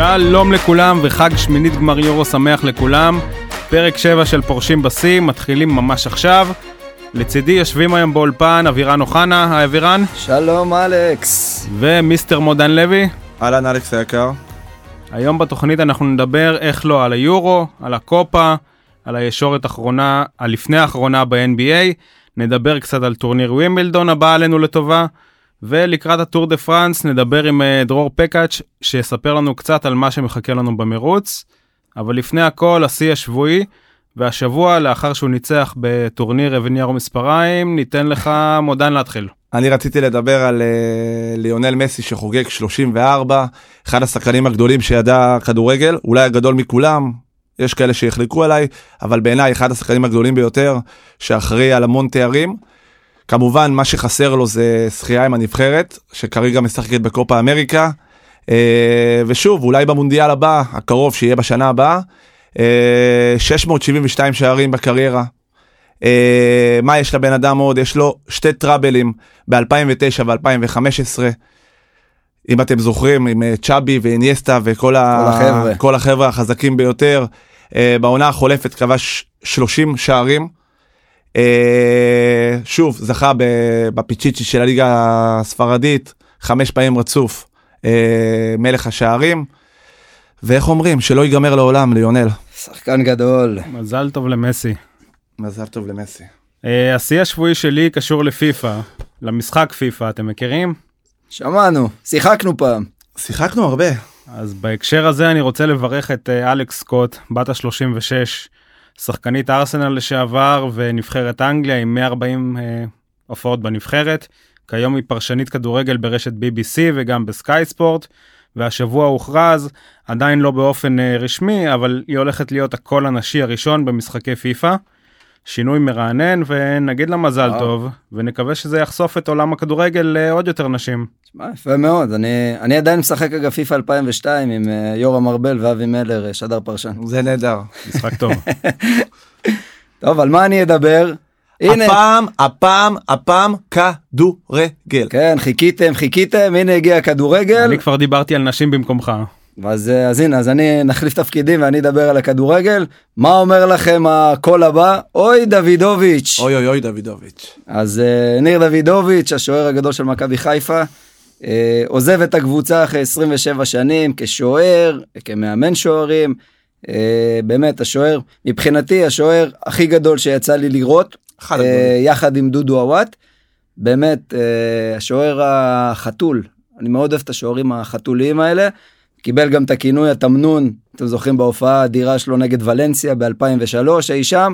שלום לכולם וחג שמינית גמר יורו שמח לכולם. פרק 7 של פורשים בסים, מתחילים ממש עכשיו. לצידי יושבים היום באולפן אבירן אוחנה, אבירן. שלום אלכס. ומיסטר מודן לוי. אהלן אלכס היקר. היום בתוכנית אנחנו נדבר איך לא על היורו, על הקופה, על הישורת האחרונה, על לפני האחרונה ב-NBA. נדבר קצת על טורניר ווימבלדון הבא עלינו לטובה. ולקראת הטור דה פרנס נדבר עם דרור פקאץ' שיספר לנו קצת על מה שמחכה לנו במרוץ. אבל לפני הכל השיא השבועי, והשבוע לאחר שהוא ניצח בטורניר אבן יער ומספריים, ניתן לך מודן להתחיל. אני רציתי לדבר על ליונל מסי שחוגג 34, אחד השחקנים הגדולים שידע כדורגל, אולי הגדול מכולם, יש כאלה שיחלקו עליי, אבל בעיניי אחד השחקנים הגדולים ביותר, שאחראי על המון תארים. כמובן מה שחסר לו זה שחייה עם הנבחרת, שכרגע משחקת בקופה אמריקה, ושוב, אולי במונדיאל הבא, הקרוב שיהיה בשנה הבאה, 672 שערים בקריירה. מה יש לבן אדם עוד? יש לו 2 טראבלים ב-2009 ו-2015, אם אתם זוכרים, עם צ'אבי ואינייסטה וכל החבר'ה החזקים ביותר. בעונה החולפת כבש 30 שערים. שוב, זכה בפיצ'יצ'י של הליגה הספרדית, 5 פעמים רצוף מלך השערים. ואיך אומרים? שלא ייגמר לעולם, ליונל. שחקן גדול. מזל טוב למסי. מזל טוב למסי. השיא השבועי שלי קשור לפיפה, למשחק פיפה, אתם מכירים? שמענו, שיחקנו פעם. שיחקנו הרבה. אז בהקשר הזה אני רוצה לברך את אלכס סקוט, בת ה-36, שחקנית ארסנל לשעבר ונבחרת אנגליה עם 140 הופעות בנבחרת. כיום היא פרשנית כדורגל ברשת BBC וגם בסקאי ספורט, והשבוע הוכרז, עדיין לא באופן רשמי, אבל היא הולכת להיות הקול הנשי הראשון במשחקי פיפה. שינוי מרענן, ונגיד לה מזל טוב, ונקווה שזה יחשוף את עולם הכדורגל לעוד יותר נשים. יפה מאוד, אני עדיין משחק אגב פיפה 2002 עם יורם ארבל ואבי מלר, שדר פרשן. זה נהדר. משחק טוב. טוב, על מה אני אדבר? הפעם כדורגל. כן, חיכיתם, הנה הגיע הכדורגל. אני כבר דיברתי על נשים במקומך. אז הנה, אז אני נחליף תפקידים ואני אדבר על הכדורגל. מה אומר לכם הקול הבא? אוי דוידוביץ'. אוי דוידוביץ'. אז ניר דוידוביץ', השוער הגדול של מכבי חיפה, עוזב את הקבוצה אחרי 27 שנים כשוער, כמאמן שוערים. באמת השוער, מבחינתי השוער הכי גדול שיצא לי לראות, יחד עם דודו עוואט. באמת השוער החתול, אני מאוד אוהב את השוערים החתוליים האלה. קיבל גם את הכינוי התמנון, אתם זוכרים בהופעה האדירה שלו נגד ולנסיה ב-2003, אי שם,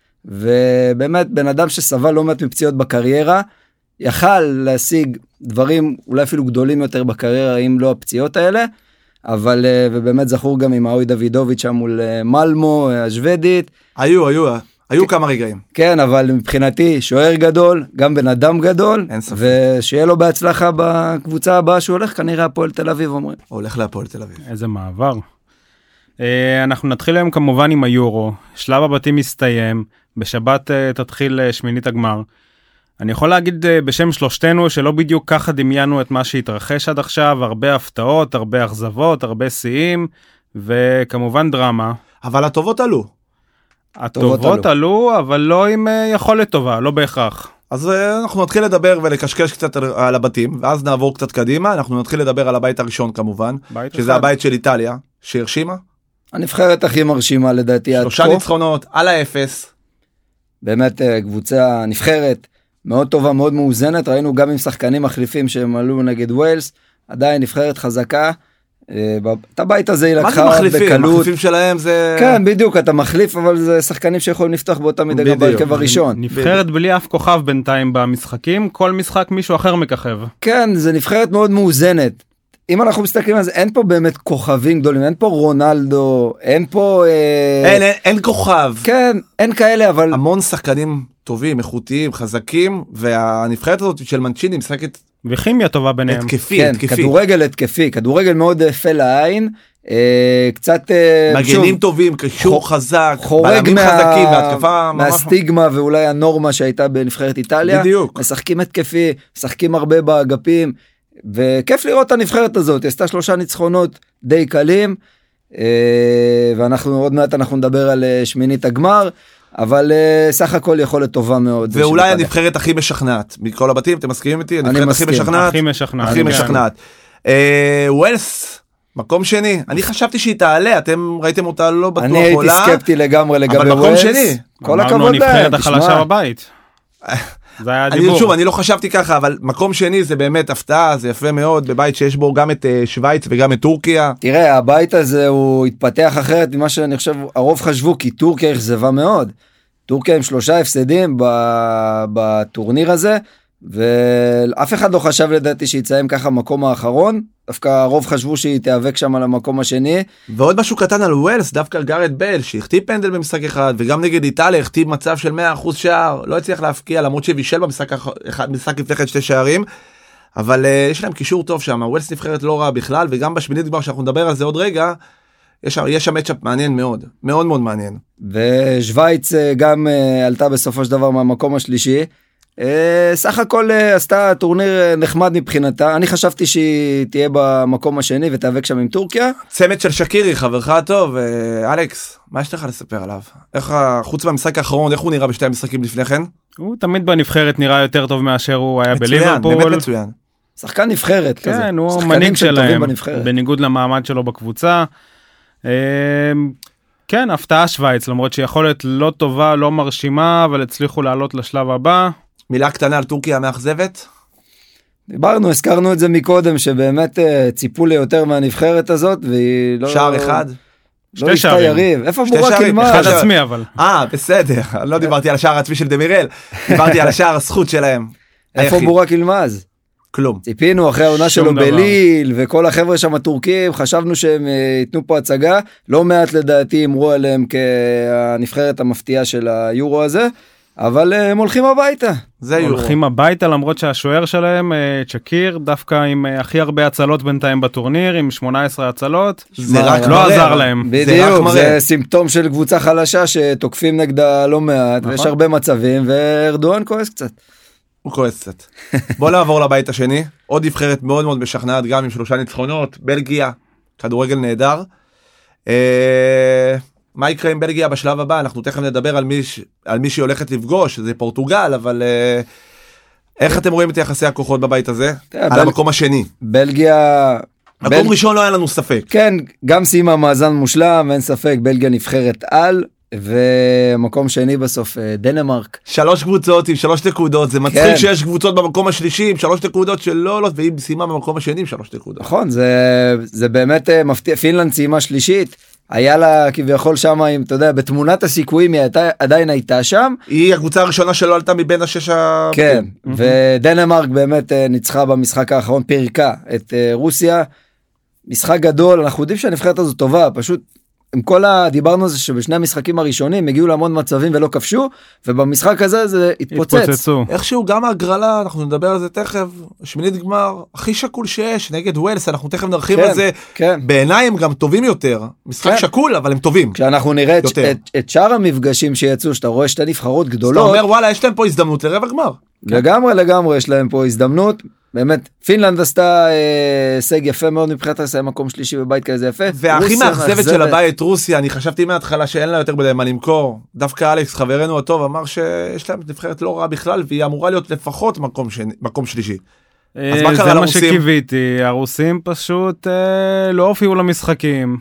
ובאמת בן אדם שסבל לא מעט מפציעות בקריירה, יכל להשיג דברים אולי אפילו גדולים יותר בקריירה, אם לא הפציעות האלה, אבל ובאמת זכור גם עם אוי דוידוביץ' שם מול מלמו, השוודית. היו כמה רגעים. כן, אבל מבחינתי שוער גדול, גם בן אדם גדול, ושיהיה לו בהצלחה בקבוצה הבאה שהוא הולך, כנראה הפועל תל אביב אומרים. הולך להפועל תל אביב. איזה מעבר. אנחנו נתחיל היום כמובן עם היורו, שלב הבתים מסתיים, בשבת תתחיל שמינית הגמר. אני יכול להגיד בשם שלושתנו שלא בדיוק ככה דמיינו את מה שהתרחש עד עכשיו, הרבה הפתעות, הרבה אכזבות, הרבה שיאים, וכמובן דרמה. אבל הטובות עלו. הטובות עלו, אבל לא עם יכולת טובה, לא בהכרח. אז אנחנו נתחיל לדבר ולקשקש קצת על הבתים, ואז נעבור קצת קדימה, אנחנו נתחיל לדבר על הבית הראשון כמובן, שזה הבית של איטליה, שהרשימה. הנבחרת הכי מרשימה לדעתי. 3 ניצחונות, על האפס. באמת קבוצה נבחרת, מאוד טובה, מאוד מאוזנת, ראינו גם עם שחקנים מחליפים שהם עלו נגד ווילס, עדיין נבחרת חזקה, את הבית הזה היא לקחה בקלות. מה זה מחליפים? מחליפים שלהם זה... כן, בדיוק, אתה מחליף, אבל זה שחקנים שיכולים לפתוח באותה מידה גם בהרכב הראשון. נבחרת בלי אף כוכב בינתיים במשחקים, כל משחק מישהו אחר מככב. כן, זה נבחרת מאוד מאוזנת. אם אנחנו מסתכלים על זה, אין פה באמת כוכבים גדולים, אין פה רונלדו, אין פה... אין כוכב. כן, אין כאלה, אבל... המון שחקנים טובים, איכותיים, חזקים, והנבחרת הזאת של מנצ'יני משחקת... וכימיה טובה ביניהם. התקפי, כן, כדורגל התקפי, כדורגל מאוד יפה לעין, קצת... מגנים טובים, קישור חזק, חורג מהסטיגמה ואולי הנורמה שהייתה בנבחרת איטליה. בדיוק. משחקים התקפי, משחקים הרבה באגפים, וכיף לראות את הנבחרת הזאת, עשתה 3 ניצחונות די קלים, ואנחנו עוד מעט אנחנו נדבר על שמינית הגמר, אבל סך הכל יכולת טובה מאוד. ואולי הנבחרת הכי משכנעת, מכל הבתים, אתם מסכימים איתי? אני מסכים. הכי משכנעת. ווילס, מקום שני, אני חשבתי שהיא תעלה, אתם ראיתם אותה לא בטוח עולה. אני הייתי סקפטי לגמרי לגבי ווילס. אבל מקום שני. כל הכבוד להם, נבחרת החלשה בבית. זה היה הדיבור. שוב, אני לא חשבתי ככה, אבל מקום שני זה באמת הפתעה, זה יפה מאוד, בבית שיש בו גם את שוויץ וגם את טורקיה. תראה, הבית הזה הוא התפתח אחרת ממה שאני חושב, הרוב חשבו, כי טורקיה אכזבה מאוד. טורקיה עם 3 הפסדים בטורניר הזה, ואף אחד לא חשב לדעתי שיצאים ככה מקום האחרון, דווקא הרוב חשבו שהיא תיאבק שם על המקום השני. ועוד משהו קטן על ווילס, דווקא גארד בל, שהכתיב פנדל במשחק אחד, וגם נגד איטליה הכתיב מצב של 100% שער, לא הצליח להפקיע, למרות שבישל במשחק לפני 2 שערים, אבל יש להם קישור טוב שם, ווילס נבחרת לא רע בכלל, וגם בשמינית גמר שאנחנו נדבר על זה עוד רגע, יש שם מצ'אפ מעניין מאוד, מאוד מאוד מעניין. ושוויץ גם עלתה בסופו של דבר מהמקום השלישי, סך הכל עשתה טורניר נחמד מבחינתה, אני חשבתי שהיא תהיה במקום השני ותאבק שם עם טורקיה. צמד של שקירי, חברך הטוב, אלכס, מה יש לך לספר עליו? איך, חוץ מהמשחק האחרון, איך הוא נראה בשתי המשחקים לפני כן? הוא תמיד בנבחרת נראה יותר טוב מאשר הוא היה בליברפול. באמת מצוין. שחקן נבחרת כזה. כן, הוא מנהיג שלהם, בניגוד למעמד שלו בקבוצה. כן, הפתעה שוויץ, למרות שיכולת לא טובה, לא מרשימה, אבל הצליחו לעלות לשלב הבא. מילה קטנה על טורקיה המאכזבת? דיברנו, הזכרנו את זה מקודם, שבאמת ציפו לי יותר מהנבחרת הזאת, והיא לא... שער אחד? לא יפתה יריב. איפה בורק ילמד? אחד עצמי אבל. בסדר, לא דיברתי על השער העצמי של דמירל, דיברתי על השער הזכות שלהם. איפה בורק ילמז? כלום. ציפינו אחרי העונה שלו בליל, וכל החבר'ה שם הטורקים, חשבנו שהם ייתנו פה הצגה, לא מעט לדעתי אמרו עליהם כנבחרת המפתיעה של היורו הזה, אבל הם הולכים הביתה. הולכים הביתה למרות שהשוער שלהם, צ'קיר, דווקא עם הכי הרבה הצלות בינתיים בטורניר, עם 18 הצלות, לא עזר להם. בדיוק, זה סימפטום של קבוצה חלשה שתוקפים נגדה לא מעט, ויש הרבה מצבים, וארדואן כועס קצת. הוא כועס קצת. בוא נעבור לבית השני, עוד נבחרת מאוד מאוד משכנעת, גם עם 3 ניצחונות, בלגיה, כדורגל נהדר. מה יקרה עם בלגיה בשלב הבא? אנחנו תכף נדבר על מי שהיא הולכת לפגוש, זה פורטוגל, אבל איך אתם רואים את יחסי הכוחות בבית הזה? על המקום השני. בלגיה... מקום ראשון לא היה לנו ספק. כן, גם סיימה מאזן מושלם, אין ספק, בלגיה נבחרת על, ומקום שני בסוף, דנמרק. 3 קבוצות עם 3 נקודות, זה מצחיק שיש קבוצות במקום השלישי עם 3 נקודות שלא עולות, והיא סיימה במקום השני עם 3 נקודות. נכון, זה באמת מפתיע, פינלנד סיימה שלישית, היה לה כביכול שם, אם אתה יודע, בתמונת הסיכויים היא עדיין הייתה שם. היא הקבוצה הראשונה שלא עלתה מבין 6. כן, ודנמרק באמת ניצחה במשחק האחרון, פירקה את רוסיה, משחק גדול, אנחנו יודעים שהנבחרת הזו טובה, פשוט עם כל דיברנו על זה שבשני המשחקים הראשונים הגיעו להמון מצבים ולא כבשו, ובמשחק הזה זה התפוצץ. איכשהו גם ההגרלה, אנחנו נדבר על זה תכף, שמינית גמר, הכי שקול שיש, נגד ווילס, אנחנו תכף נרחיב על זה, בעיניי הם גם טובים יותר, משחק שקול אבל הם טובים. כשאנחנו נראה את שאר המפגשים שיצאו, שאתה רואה 2 נבחרות גדולות. אתה אומר וואלה, יש להם פה הזדמנות לרבע גמר. לגמרי יש להם פה הזדמנות. באמת, פינלנד עשתה הישג יפה מאוד מבחינת לסיים מקום שלישי בבית כזה יפה. והכי מאכזבת של הבית רוסיה, אני חשבתי מההתחלה שאין לה יותר בדי מה למכור. דווקא אלכס, חברנו הטוב, אמר שיש להם נבחרת לא רעה בכלל, והיא אמורה להיות לפחות מקום שלישי. אז מה קרה לרוסים? זה מה שקיוויתי, הרוסים פשוט לא הופיעו למשחקים.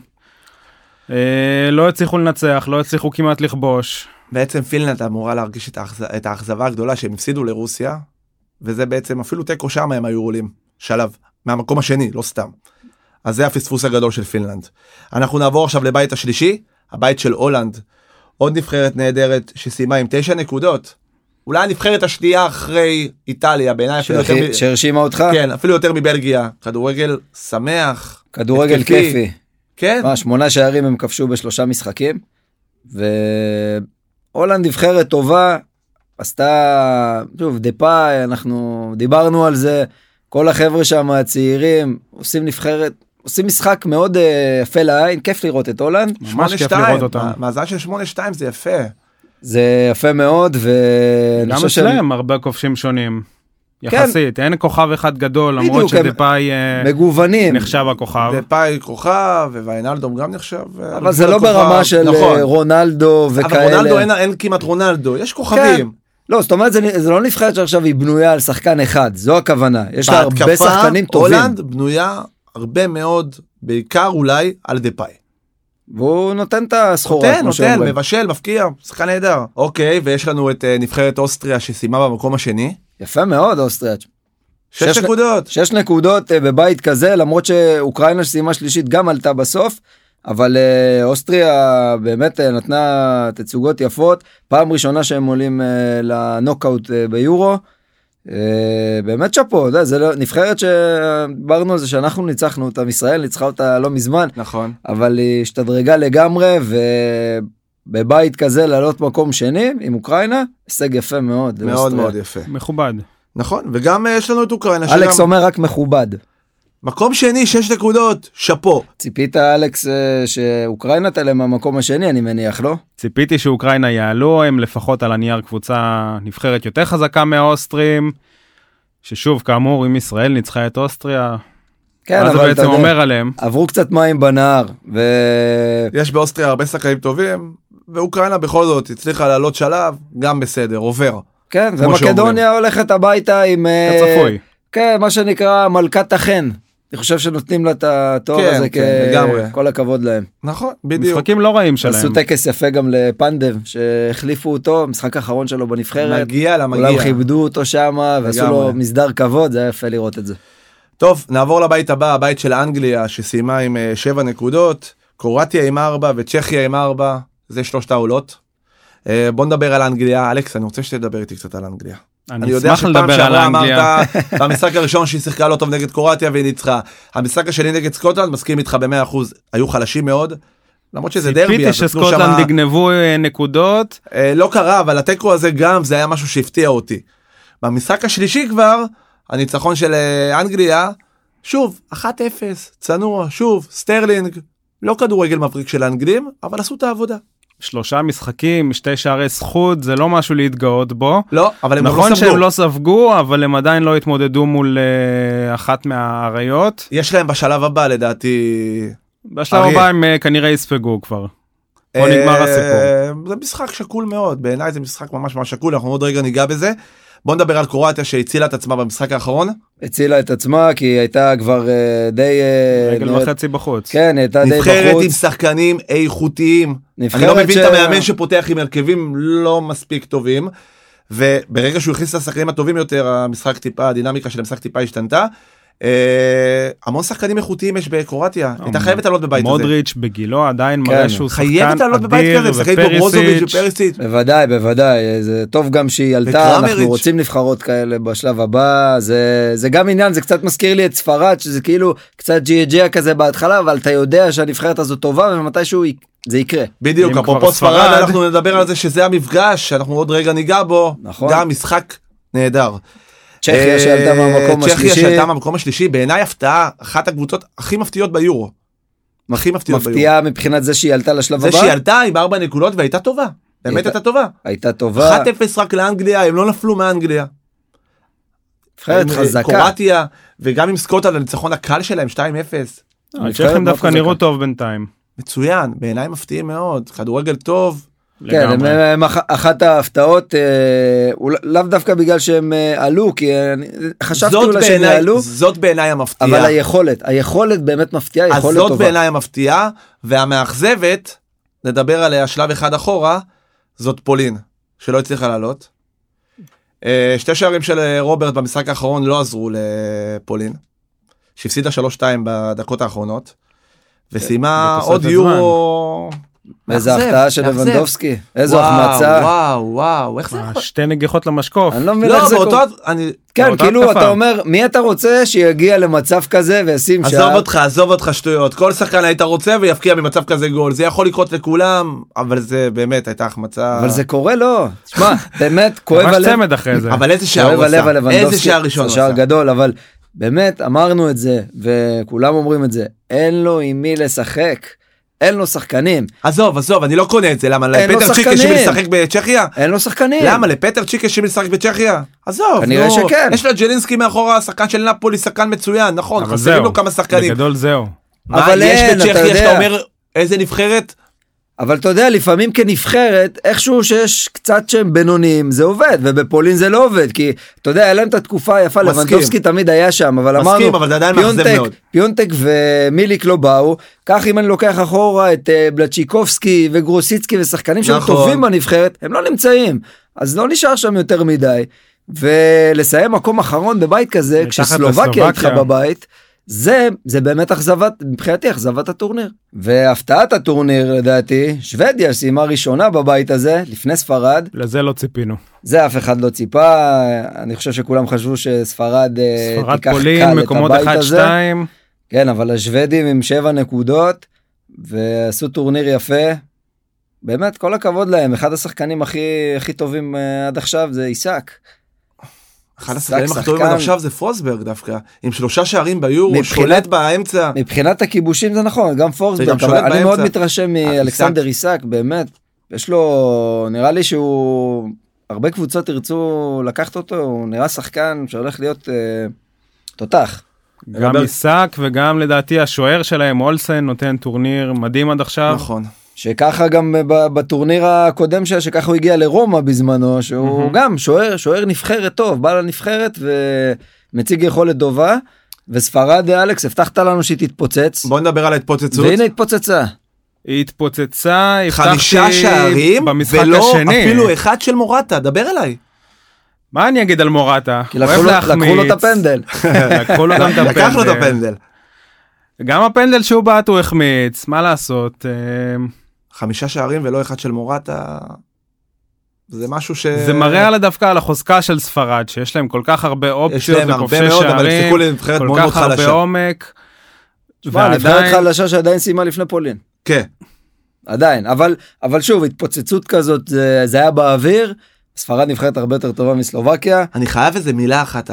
לא הצליחו לנצח, לא הצליחו כמעט לכבוש. בעצם פינלנד אמורה להרגיש את האכזבה הגדולה שהם הפסידו לרוסיה. וזה בעצם אפילו תיקו שם הם היו עולים שלב מהמקום השני, לא סתם. אז זה הפספוס הגדול של פינלנד. אנחנו נעבור עכשיו לבית השלישי, הבית של הולנד, עוד נבחרת נהדרת שסיימה עם 9 נקודות, אולי הנבחרת השנייה אחרי איטליה, בעיניי אפילו יותר... שהרשימה אותך? כן, אפילו יותר מבלגיה, כדורגל שמח, כדורגל כיפי. כן. 8 שערים הם כבשו ב3 משחקים, והולנד נבחרת טובה, עשתה, שוב, דפאי, אנחנו דיברנו על זה, כל החבר'ה שם הצעירים עושים נבחרת, עושים משחק מאוד יפה לעין, כיף לראות את הולנד. ממש כיף לראות אותם. מאזן של 8-2 זה יפה. זה יפה מאוד, גם אצלם הרבה כובשים שונים. יחסית, אין כוכב אחד גדול, למרות שדפאי מגוונים. נחשב הכוכב. דפאי כוכב, וויינלדום גם נחשב. אבל זה לא ברמה של רונלדו וכאלה. אבל רונלדו אין כמעט רונלדו, יש כוכבים. לא, זאת אומרת, זה לא נבחרת שעכשיו היא בנויה על שחקן אחד, זו הכוונה. יש לה הרבה שחקנים טובים. הולנד בנויה הרבה מאוד, בעיקר אולי על דפאי. והוא נותן את הסחורה. נותן, מבשל, מפקיע, שחקן נהדר. אוקיי, ויש לנו את נבחרת אוסטריה שסיימה במקום השני. יפה מאוד, אוסטריה. 6 נקודות. 6 נקודות בבית כזה, למרות שאוקראינה שסיימה שלישית גם עלתה בסוף, אבל אוסטריה באמת נתנה תצוגות יפות, פעם ראשונה שהם עולים לנוקאוט ביורו, באמת שפו, זה נבחרת שברנו על זה שאנחנו ניצחנו אותה, ישראל ניצחה אותה לא מזמן, נכון, אבל היא השתדרגה לגמרי, ובבית כזה לעלות מקום שני עם אוקראינה, הישג יפה מאוד. מאוד מאוד יפה. מכובד. נכון, וגם יש לנו את אוקראינה. אלכס אומר רק מכובד. מקום שני, 6 נקודות, שפו. ציפית אלכס שאוקראינה תעלה מהמקום השני, אני מניח, לא? ציפיתי שאוקראינה יעלו, הם לפחות על הנייר קבוצה נבחרת יותר חזקה מהאוסטרים, ששוב, כאמור, אם ישראל ניצחה את אוסטריה, כן, אז זה בעצם אומר עליהם. עברו קצת מים בנהר, יש באוסטריה הרבה שחקנים טובים, ואוקראינה בכל זאת הצליחה לעלות שלב, גם בסדר, עובר. כן, ומקדוניה הולכת הביתה עם... כצפוי. כן, מה שנקרא מלכת החן. אני חושב שנותנים לה את התואר הזה, כל הכבוד להם. נכון, בדיוק. משחקים לא רעים שלהם. עשו טקס יפה גם לפנדב, שהחליפו אותו, משחק האחרון שלו בנבחרת. מגיע לה, מגיע. כולם כיבדו אותו שם, ועשו לו מסדר כבוד, זה היה יפה לראות את זה. טוב, נעבור לבית הבא, הבית של אנגליה, שסיימה עם 7 נקודות, קרואטיה עם 4 וצ'כיה עם 4, זה 3 העולות. בוא נדבר על אנגליה. אלכס, אני רוצה שתדבר איתי קצת על אנגליה. אני אשמח לדבר על אנגליה. במשחק הראשון שהיא שיחקה לא טוב נגד קרואטיה והיא ניצחה. המשחק השני נגד סקוטלנד, מסכים איתך ב100%, היו חלשים מאוד. למרות שזה דרבי. ציפיתי שסקוטלנד יגנבו נקודות. לא קרה, אבל הטקו הזה גם, זה היה משהו שהפתיע אותי. במשחק השלישי כבר, הניצחון של אנגליה, שוב, 1-0, צנוע, שוב, סטרלינג, לא כדורגל מבריק של האנגלים, אבל עשו את העבודה. 3 משחקים, 2 שערי זכות, זה לא משהו להתגאות בו. לא, אבל הם נכון שהם לא ספגו, אבל הם עדיין לא התמודדו מול אחת מהאריות. יש להם בשלב הבא, לדעתי... בשלב הבא הם כנראה יספגו כבר. פה נגמר הסיפור. זה משחק שקול מאוד, בעיניי זה משחק ממש ממש שקול, אנחנו עוד רגע ניגע בזה. בוא נדבר על קרואטיה שהצילה את עצמה במשחק האחרון. הצילה את עצמה כי היא הייתה כבר די... רגל וחצי בחוץ. כן, היא הייתה די בחוץ. נבחרת עם שחקנים איכותיים. אני לא מבין את המאמן שפותח עם הרכבים לא מספיק טובים. וברגע שהוא הכניס את השחקנים הטובים יותר, המשחק טיפה, הדינמיקה של המשחק טיפה השתנתה. המון שחקנים איכותיים יש בקרואטיה, הייתה חייבת לעלות בבית הזה. מודריץ' בגילו עדיין מראה שהוא חייבת לעלות בבית כזה, שחקנים כמו ברוזוביץ' ופריסיץ'. בוודאי, זה טוב גם שהיא עלתה, אנחנו רוצים נבחרות כאלה בשלב הבא, זה גם עניין, זה קצת מזכיר לי את ספרד, שזה כאילו קצת ג'י כזה בהתחלה, אבל אתה יודע שהנבחרת הזו טובה, ומתישהו זה יקרה. בדיוק, אפרופו ספרד, אנחנו נדבר על זה שזה המפגש, שאנחנו עוד רגע ניגע בו, גם משחק נהדר. צ'כיה שעלתה מהמקום השלישי. צ'כיה שעלתה מהמקום השלישי, בעיניי הפתעה, אחת הקבוצות הכי מפתיעות ביורו. הכי מפתיעות ביורו. מפתיעה מבחינת זה שהיא עלתה לשלב הבא? זה שהיא עלתה עם 4 נקודות והייתה טובה. באמת הייתה טובה. הייתה טובה. 1-0 רק לאנגליה, הם לא נפלו מאנגליה. נבחרת חזקה. קרואטיה, וגם עם סקוטלנד, הניצחון הקל שלהם, 2-0. הצ'כים דווקא נראו טוב בינתיים. מצוין, בעיניי מפתיעים מאוד, כדורגל טוב. כן, הם אחת ההפתעות, לאו דווקא בגלל שהם עלו, כי חשבתי אולי שהם עלו. זאת בעיניי המפתיעה. אבל היכולת באמת מפתיעה, יכולת טובה. אז זאת בעיניי המפתיעה, והמאכזבת, נדבר עליה שלב אחד אחורה, זאת פולין, שלא הצליחה לעלות. 2 שערים של רוברט במשחק האחרון לא עזרו לפולין, שהפסידה 3-2 בדקות האחרונות, וסיימה עוד יורו... איזה הפתעה של לבנדובסקי, איזו החמצה. וואו, איך זה יכול? 2 נגיחות למשקוף. אני לא מבין איך זה קורה. כן, כאילו אתה אומר, מי אתה רוצה שיגיע למצב כזה וישים שער? עזוב אותך שטויות, כל שחקן היית רוצה ויפקיע ממצב כזה גול, זה יכול לקרות לכולם, אבל זה באמת הייתה החמצה. אבל זה קורה לא, תשמע, באמת כואב ממש צמד אחרי זה. אבל איזה שער הוא עשה, איזה שער ראשון הוא עשה. שער גדול, אבל באמת אמרנו את זה, וכולם אומרים את זה, אין לו עם מי לשחק. אין לו שחקנים. עזוב, אני לא קונה את זה, למה? אין לו לפטר צ'יק שחקנים. יש משחק בצ'כיה? אין לו שחקנים. למה? לפטר צ'יק יש משחק בצ'כיה? עזוב, כנראה שכן. יש לה ג'לינסקי מאחורה, שחקן של נפולי, שחקן מצוין, נכון, אבל חסרים זהו, לו כמה שחקנים. בגדול זהו. מה אבל יש אין, אתה בצ'כיה יודע. שאתה אומר, איזה נבחרת? אבל אתה יודע, לפעמים כנבחרת, איכשהו שיש קצת שהם בינוניים, זה עובד, ובפולין זה לא עובד, כי אתה יודע, היה להם את התקופה היפה, מסכים. לבנדובסקי תמיד היה שם, אבל מסכים, אמרנו, אבל זה עדיין מאכזב מאוד. פיונטק ומיליק לא באו, כך אם אני לוקח אחורה את בלצ'יקובסקי וגרוסיצקי ושחקנים שהם נכון. טובים בנבחרת, הם לא נמצאים, אז לא נשאר שם יותר מדי, ולסיים מקום אחרון בבית כזה, כשסלובקיה איתך בבית, זה באמת מבחינתי אכזבת הטורניר. והפתעת הטורניר לדעתי, שוודיה סיימה ראשונה בבית הזה, לפני ספרד. לזה לא ציפינו. זה אף אחד לא ציפה, אני חושב שכולם חשבו שספרד תיקח פולין, קל את מקומות הבית הזה. 1-2. כן, אבל השוודים עם 7 נקודות, ועשו טורניר יפה. באמת, כל הכבוד להם, אחד השחקנים הכי טובים עד עכשיו זה איסק. אחד השחקנים הכתובים עד עכשיו זה פרוסברג דווקא, עם 3 שערים ביורו, שולט באמצע. מבחינת הכיבושים זה נכון, גם פורסברג, אבל אני מאוד מתרשם מאלכסנדר איסק, באמת, יש לו, נראה לי שהוא, הרבה קבוצות ירצו לקחת אותו, הוא נראה שחקן שהולך להיות תותח. גם איסק וגם לדעתי השוער שלהם, אולסן, נותן טורניר מדהים עד עכשיו. נכון. שככה גם בטורניר הקודם שככה הוא הגיע לרומא בזמנו, שהוא גם שוער נבחרת טוב, בא לנבחרת ומציג יכולת טובה, וספרד, אלכס, הבטחת לנו שהיא תתפוצץ. בוא נדבר על ההתפוצצות. והנה התפוצצה. היא התפוצצה, 5 שערים, במשחק ולא השני. אפילו אחד של מורטה, דבר אליי. מה אני אגיד על מורטה? כי לקחו לו את הפנדל. לקחו לו גם את הפנדל. לקח לו את הפנדל. גם הפנדל שהוא בעט הוא החמיץ, מה לעשות? 5 שערים ולא אחד של מורטה, זה משהו זה מראה על דווקא על החוזקה של ספרד, שיש להם כל כך הרבה אופציות וכובשי שערים, כל כך הרבה עומק. נבחרת חלשה שעדיין סיימה לפני פולין. כן. עדיין, אבל שוב, התפוצצות כזאת, זה היה באוויר, ספרד נבחרת הרבה יותר טובה מסלובקיה. אני חייב איזה מילה אחת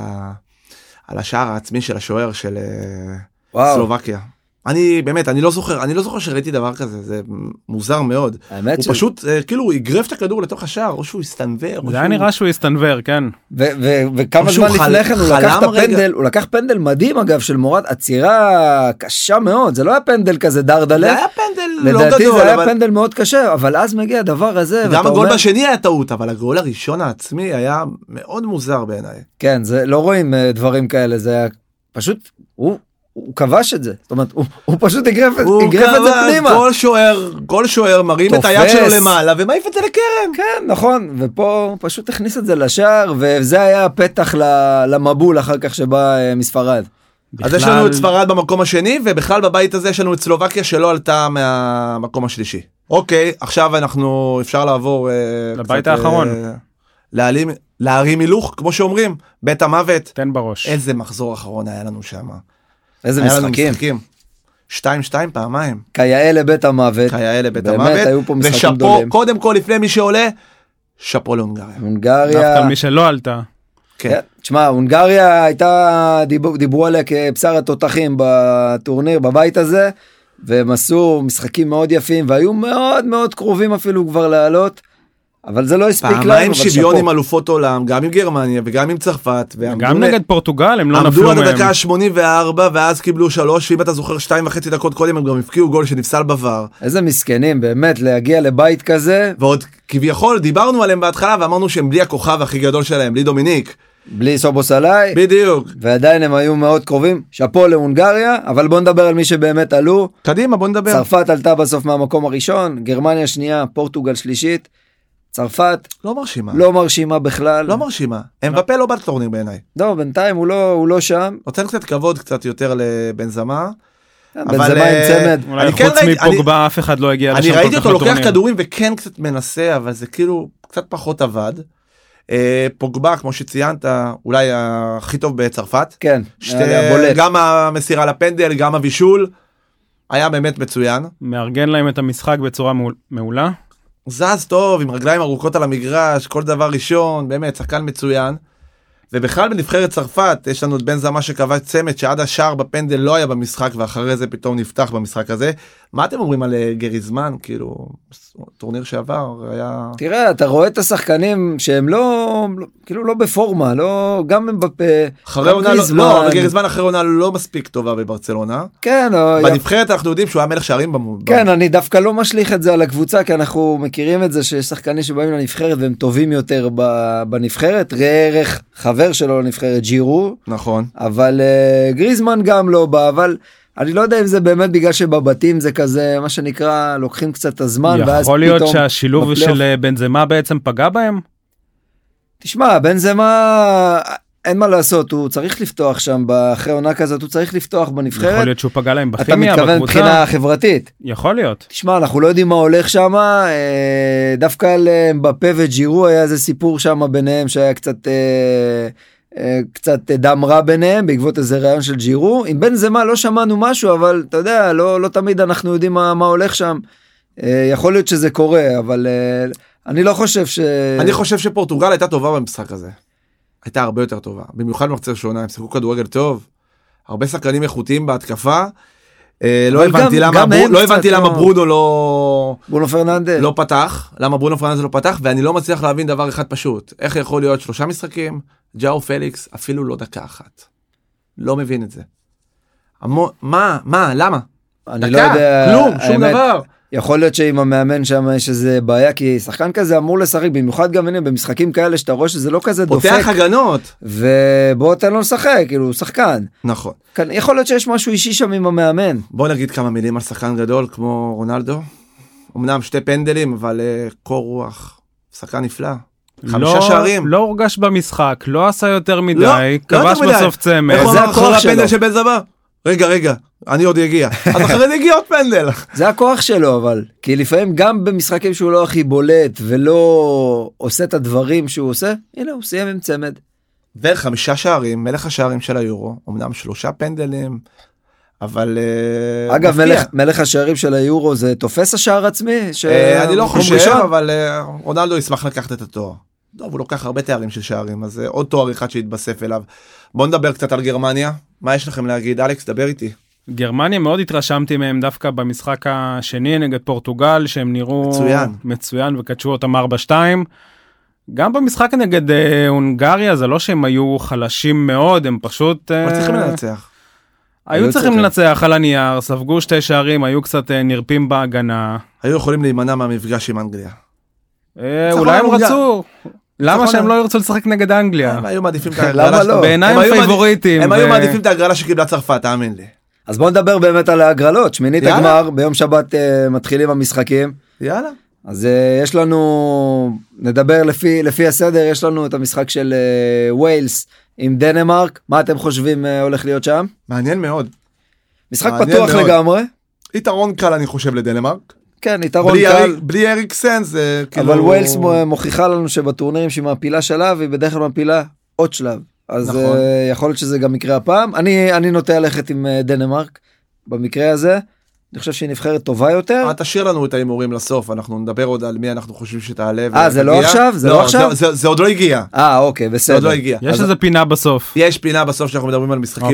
על השער העצמי של השוער של סלובקיה. אני באמת, אני לא זוכר שראיתי דבר כזה, זה מוזר מאוד. הוא פשוט, כאילו, הוא יגרף את הכדור לתוך השער, או שהוא יסתנבר. זה היה נראה שהוא יסתנבר, כן. וכמה זמן לפני כן הוא לקח פנדל מדהים, אגב, של מורד, עצירה קשה מאוד, זה לא היה פנדל כזה דרדלה. זה היה פנדל לא גדול. לדעתי זה היה פנדל מאוד קשה, אבל אז מגיע הדבר הזה. גם הגול בשני היה טעות, אבל הגול הראשון העצמי היה מאוד מוזר בעיניי. כן, לא רואים דברים כאלה, זה היה פשוט, הוא כבש את זה, זאת אומרת, הוא פשוט יגרף את זה פנימה. כל שוער מרים את היד שלו למעלה, ומעיף את זה לקרן. כן, נכון, ופה הוא פשוט הכניס את זה לשער, וזה היה הפתח למבול אחר כך שבא מספרד. אז יש לנו את ספרד במקום השני, ובכלל בבית הזה יש לנו את סלובקיה שלא עלתה מהמקום השלישי. אוקיי, עכשיו אפשר לעבור לבית האחרון. להרים הילוך, כמו שאומרים, בית המוות. תן בראש. איזה מחזור אחרון היה לנו שם. איזה משחקים. 2-2 פעמיים. כיאה לבית המוות. באמת היו פה משחקים גדולים. קודם כל לפני מי שעולה, שפו להונגריה. הונגריה. מי שלא עלתה. כן. תשמע, הונגריה הייתה, דיברו עליה כבשר התותחים בטורניר, בבית הזה, והם עשו משחקים מאוד יפים, והיו מאוד מאוד קרובים אפילו כבר לעלות. אבל זה לא הספיק להם. פעמיים שוויון עם אלופות עולם, גם עם גרמניה וגם עם צרפת. גם נגד פורטוגל הם לא נפלו מהם. עמדו עד הדקה 84 ואז קיבלו 3, ואם אתה זוכר 2.5 דקות קודם הם גם הפקיעו גול שנפסל בבר. איזה מסכנים באמת להגיע לבית כזה. ועוד כביכול דיברנו עליהם בהתחלה ואמרנו שהם בלי הכוכב הכי גדול שלהם, בלי דומיניק. בלי סובוסליי. בדיוק. ועדיין הם היו מאוד קרובים. שפו להונגריה, אבל בוא נדבר על מי שבאמת עלו. קדימה, בוא נדבר. צרפת עלתה בסוף מהמקום הראשון, גרמניה שנייה, פורטוגל שלישית. צרפת לא מרשימה בכלל. לא מרשימה. אמבפה לא בטורניר בעיניי. לא, בינתיים הוא לא שם. נותן קצת כבוד קצת יותר לבנזמה. בנזמה עם צמד. אולי חוץ מפוגבה אף אחד לא הגיע לשם. אני ראיתי אותו לוקח כדורים וכן קצת מנסה, אבל זה כאילו קצת פחות עבד. פוגבה, כמו שציינת, אולי הכי טוב בצרפת. כן, גם המסירה לפנדל, גם הבישול. היה באמת מצוין. מארגן להם את המשחק בצורה מעולה. זז טוב, עם רגליים ארוכות על המגרש, כל דבר ראשון, באמת, שחקן מצוין. ובכלל בנבחרת צרפת, יש לנו את בן זמה שקבע צמד שעד השער בפנדל לא היה במשחק, ואחרי זה פתאום נפתח במשחק הזה. מה אתם אומרים על גריזמן, כאילו, טורניר שעבר, היה... תראה, אתה רואה את השחקנים שהם לא, כאילו לא בפורמה, לא, גם אחרי עונה, לא, גריזמן אחרי עונה לא מספיק טובה בברצלונה. כן. בנבחרת אנחנו יודעים שהוא היה מלך שערים כן, אני דווקא לא משליך את זה על הקבוצה, כי אנחנו מכירים את זה שיש שחקנים שבאים לנבחרת והם טובים יותר בנבחרת, ראה ערך חבר שלו לנבחרת ג'ירו. נכון. אבל גריזמן גם לא בא, אבל... אני לא יודע אם זה באמת בגלל שבבתים זה כזה, מה שנקרא, לוקחים קצת את הזמן, ואז פתאום... יכול להיות שהשילוב של בנזמה בעצם פגע בהם? תשמע, בנזמה, אין מה לעשות, הוא צריך לפתוח שם, אחרי עונה כזאת, הוא צריך לפתוח בנבחרת. יכול להיות שהוא פגע להם בכימיה, אתה מתכוון מבחינה חברתית. יכול להיות. תשמע, אנחנו לא יודעים מה הולך שם, דווקא על מבפה וג'ירו היה איזה סיפור שם ביניהם, שהיה קצת דם רע ביניהם בעקבות איזה רעיון של ג'ירו. עם בנזמה לא שמענו משהו, אבל אתה יודע, לא תמיד אנחנו יודעים מה הולך שם. יכול להיות שזה קורה, אבל אני לא חושב אני חושב שפורטוגל הייתה טובה במשחק הזה. הייתה הרבה יותר טובה. במיוחד במחצית הראשונה, הם שיחקו כדורגל טוב, הרבה שחקנים איכותיים בהתקפה. לא הבנתי למה ברונו פרננדז לא פתח, ואני לא מצליח להבין דבר אחד פשוט. איך יכול להיות 3 משחקים, ג'או פליקס אפילו לא דקה אחת. לא מבין את זה. למה? אני לא יודע. כלום, שום דבר. יכול להיות שעם המאמן שם יש איזה בעיה, כי שחקן כזה אמור לשחק, במיוחד גם במשחקים כאלה שאתה רואה שזה לא כזה דופק. פותח הגנות. ובוא תן לו לשחק, כאילו הוא שחקן. נכון. יכול להיות שיש משהו אישי שם עם המאמן. בוא נגיד כמה מילים על שחקן גדול כמו רונלדו. אמנם 2 פנדלים, אבל קור רוח. שחקן נפלא. 5 שערים. לא הורגש במשחק, לא עשה יותר מדי, כבש בסוף צמד. זה הכוח שלו. הפנדל של בנזמה? רגע, אני עוד יגיע. אז אחרי זה הגיע עוד פנדל. זה הכוח שלו, אבל. כי לפעמים גם במשחקים שהוא לא הכי בולט, ולא עושה את הדברים שהוא עושה, הנה הוא סיים עם צמד. ו5 שערים, מלך השערים של היורו, אמנם 3 פנדלים, אבל... אגב, מלך השערים של היורו זה תופס השער עצמי? אני לא חושב, אבל רונלדו ישמח לקחת את התואר. טוב, הוא לוקח הרבה תארים של שערים, אז עוד תואר אחד שהתבסף אליו. בואו נדבר קצת על גרמניה. מה יש לכם להגיד? אלכס, דבר איתי. גרמניה מאוד התרשמתי מהם דווקא במשחק השני נגד פורטוגל, שהם נראו מצוין וקדשו אותם 4-2. גם במשחק נגד הונגריה, זה לא שהם היו חלשים מאוד, הם פשוט... צריכים לנצח. היו צריכים לנצח על הנייר, ספגו 2 שערים, היו קצת נרפים בהגנה. היו יכולים להימנע מהמפגש עם אנגליה. אולי הם רצו... למה שהם לא ירצו לשחק נגד אנגליה? הם היו מעדיפים את ההגרלה. בעיניים פייבוריטים. הם היו מעדיפים את ההגרלה שקיבלה צרפת, תאמין לי. אז בואו נדבר באמת על ההגרלות. שמינית הגמר, ביום שבת מתחילים המשחקים. יאללה. אז יש לנו, נדבר לפי הסדר, יש לנו את המשחק של ווילס עם דנמרק. מה אתם חושבים הולך להיות שם? מעניין מאוד. משחק פתוח לגמרי. יתרון קל אני חושב לדנמרק. כן, יתרון קל. בלי אריקסן זה כאילו... אבל ווילס מוכיחה לנו שבטורנירים שהיא מעפילה שלב, היא בדרך כלל מעפילה עוד שלב. אז יכול להיות שזה גם מקרה הפעם. אני נוטה ללכת עם דנמרק במקרה הזה. אני חושב שהיא נבחרת טובה יותר. תשאיר לנו את ההימורים לסוף, אנחנו נדבר עוד על מי אנחנו חושבים שתעלה. זה לא עכשיו? זה לא עכשיו? זה עוד לא הגיע. אוקיי, בסדר. עוד לא הגיע. יש איזה פינה בסוף. יש פינה בסוף שאנחנו מדברים על משחקים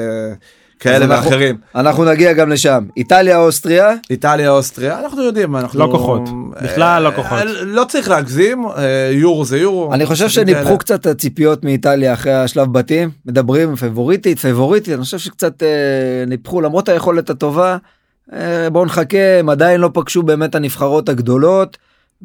כאלה ואחרים. אנחנו נגיע גם לשם. איטליה, אוסטריה, אנחנו יודעים. לא כוחות. בכלל לא כוחות. לא צריך להגזים, יורו זה יורו. אני חושב שניפחו קצת הציפיות מאיטליה אחרי השלב בתים. מדברים פייבוריטית, אני חושב שקצת ניפחו למרות היכולת הטובה. בואו נחכה, הם עדיין לא פגשו באמת הנבחרות הגדולות,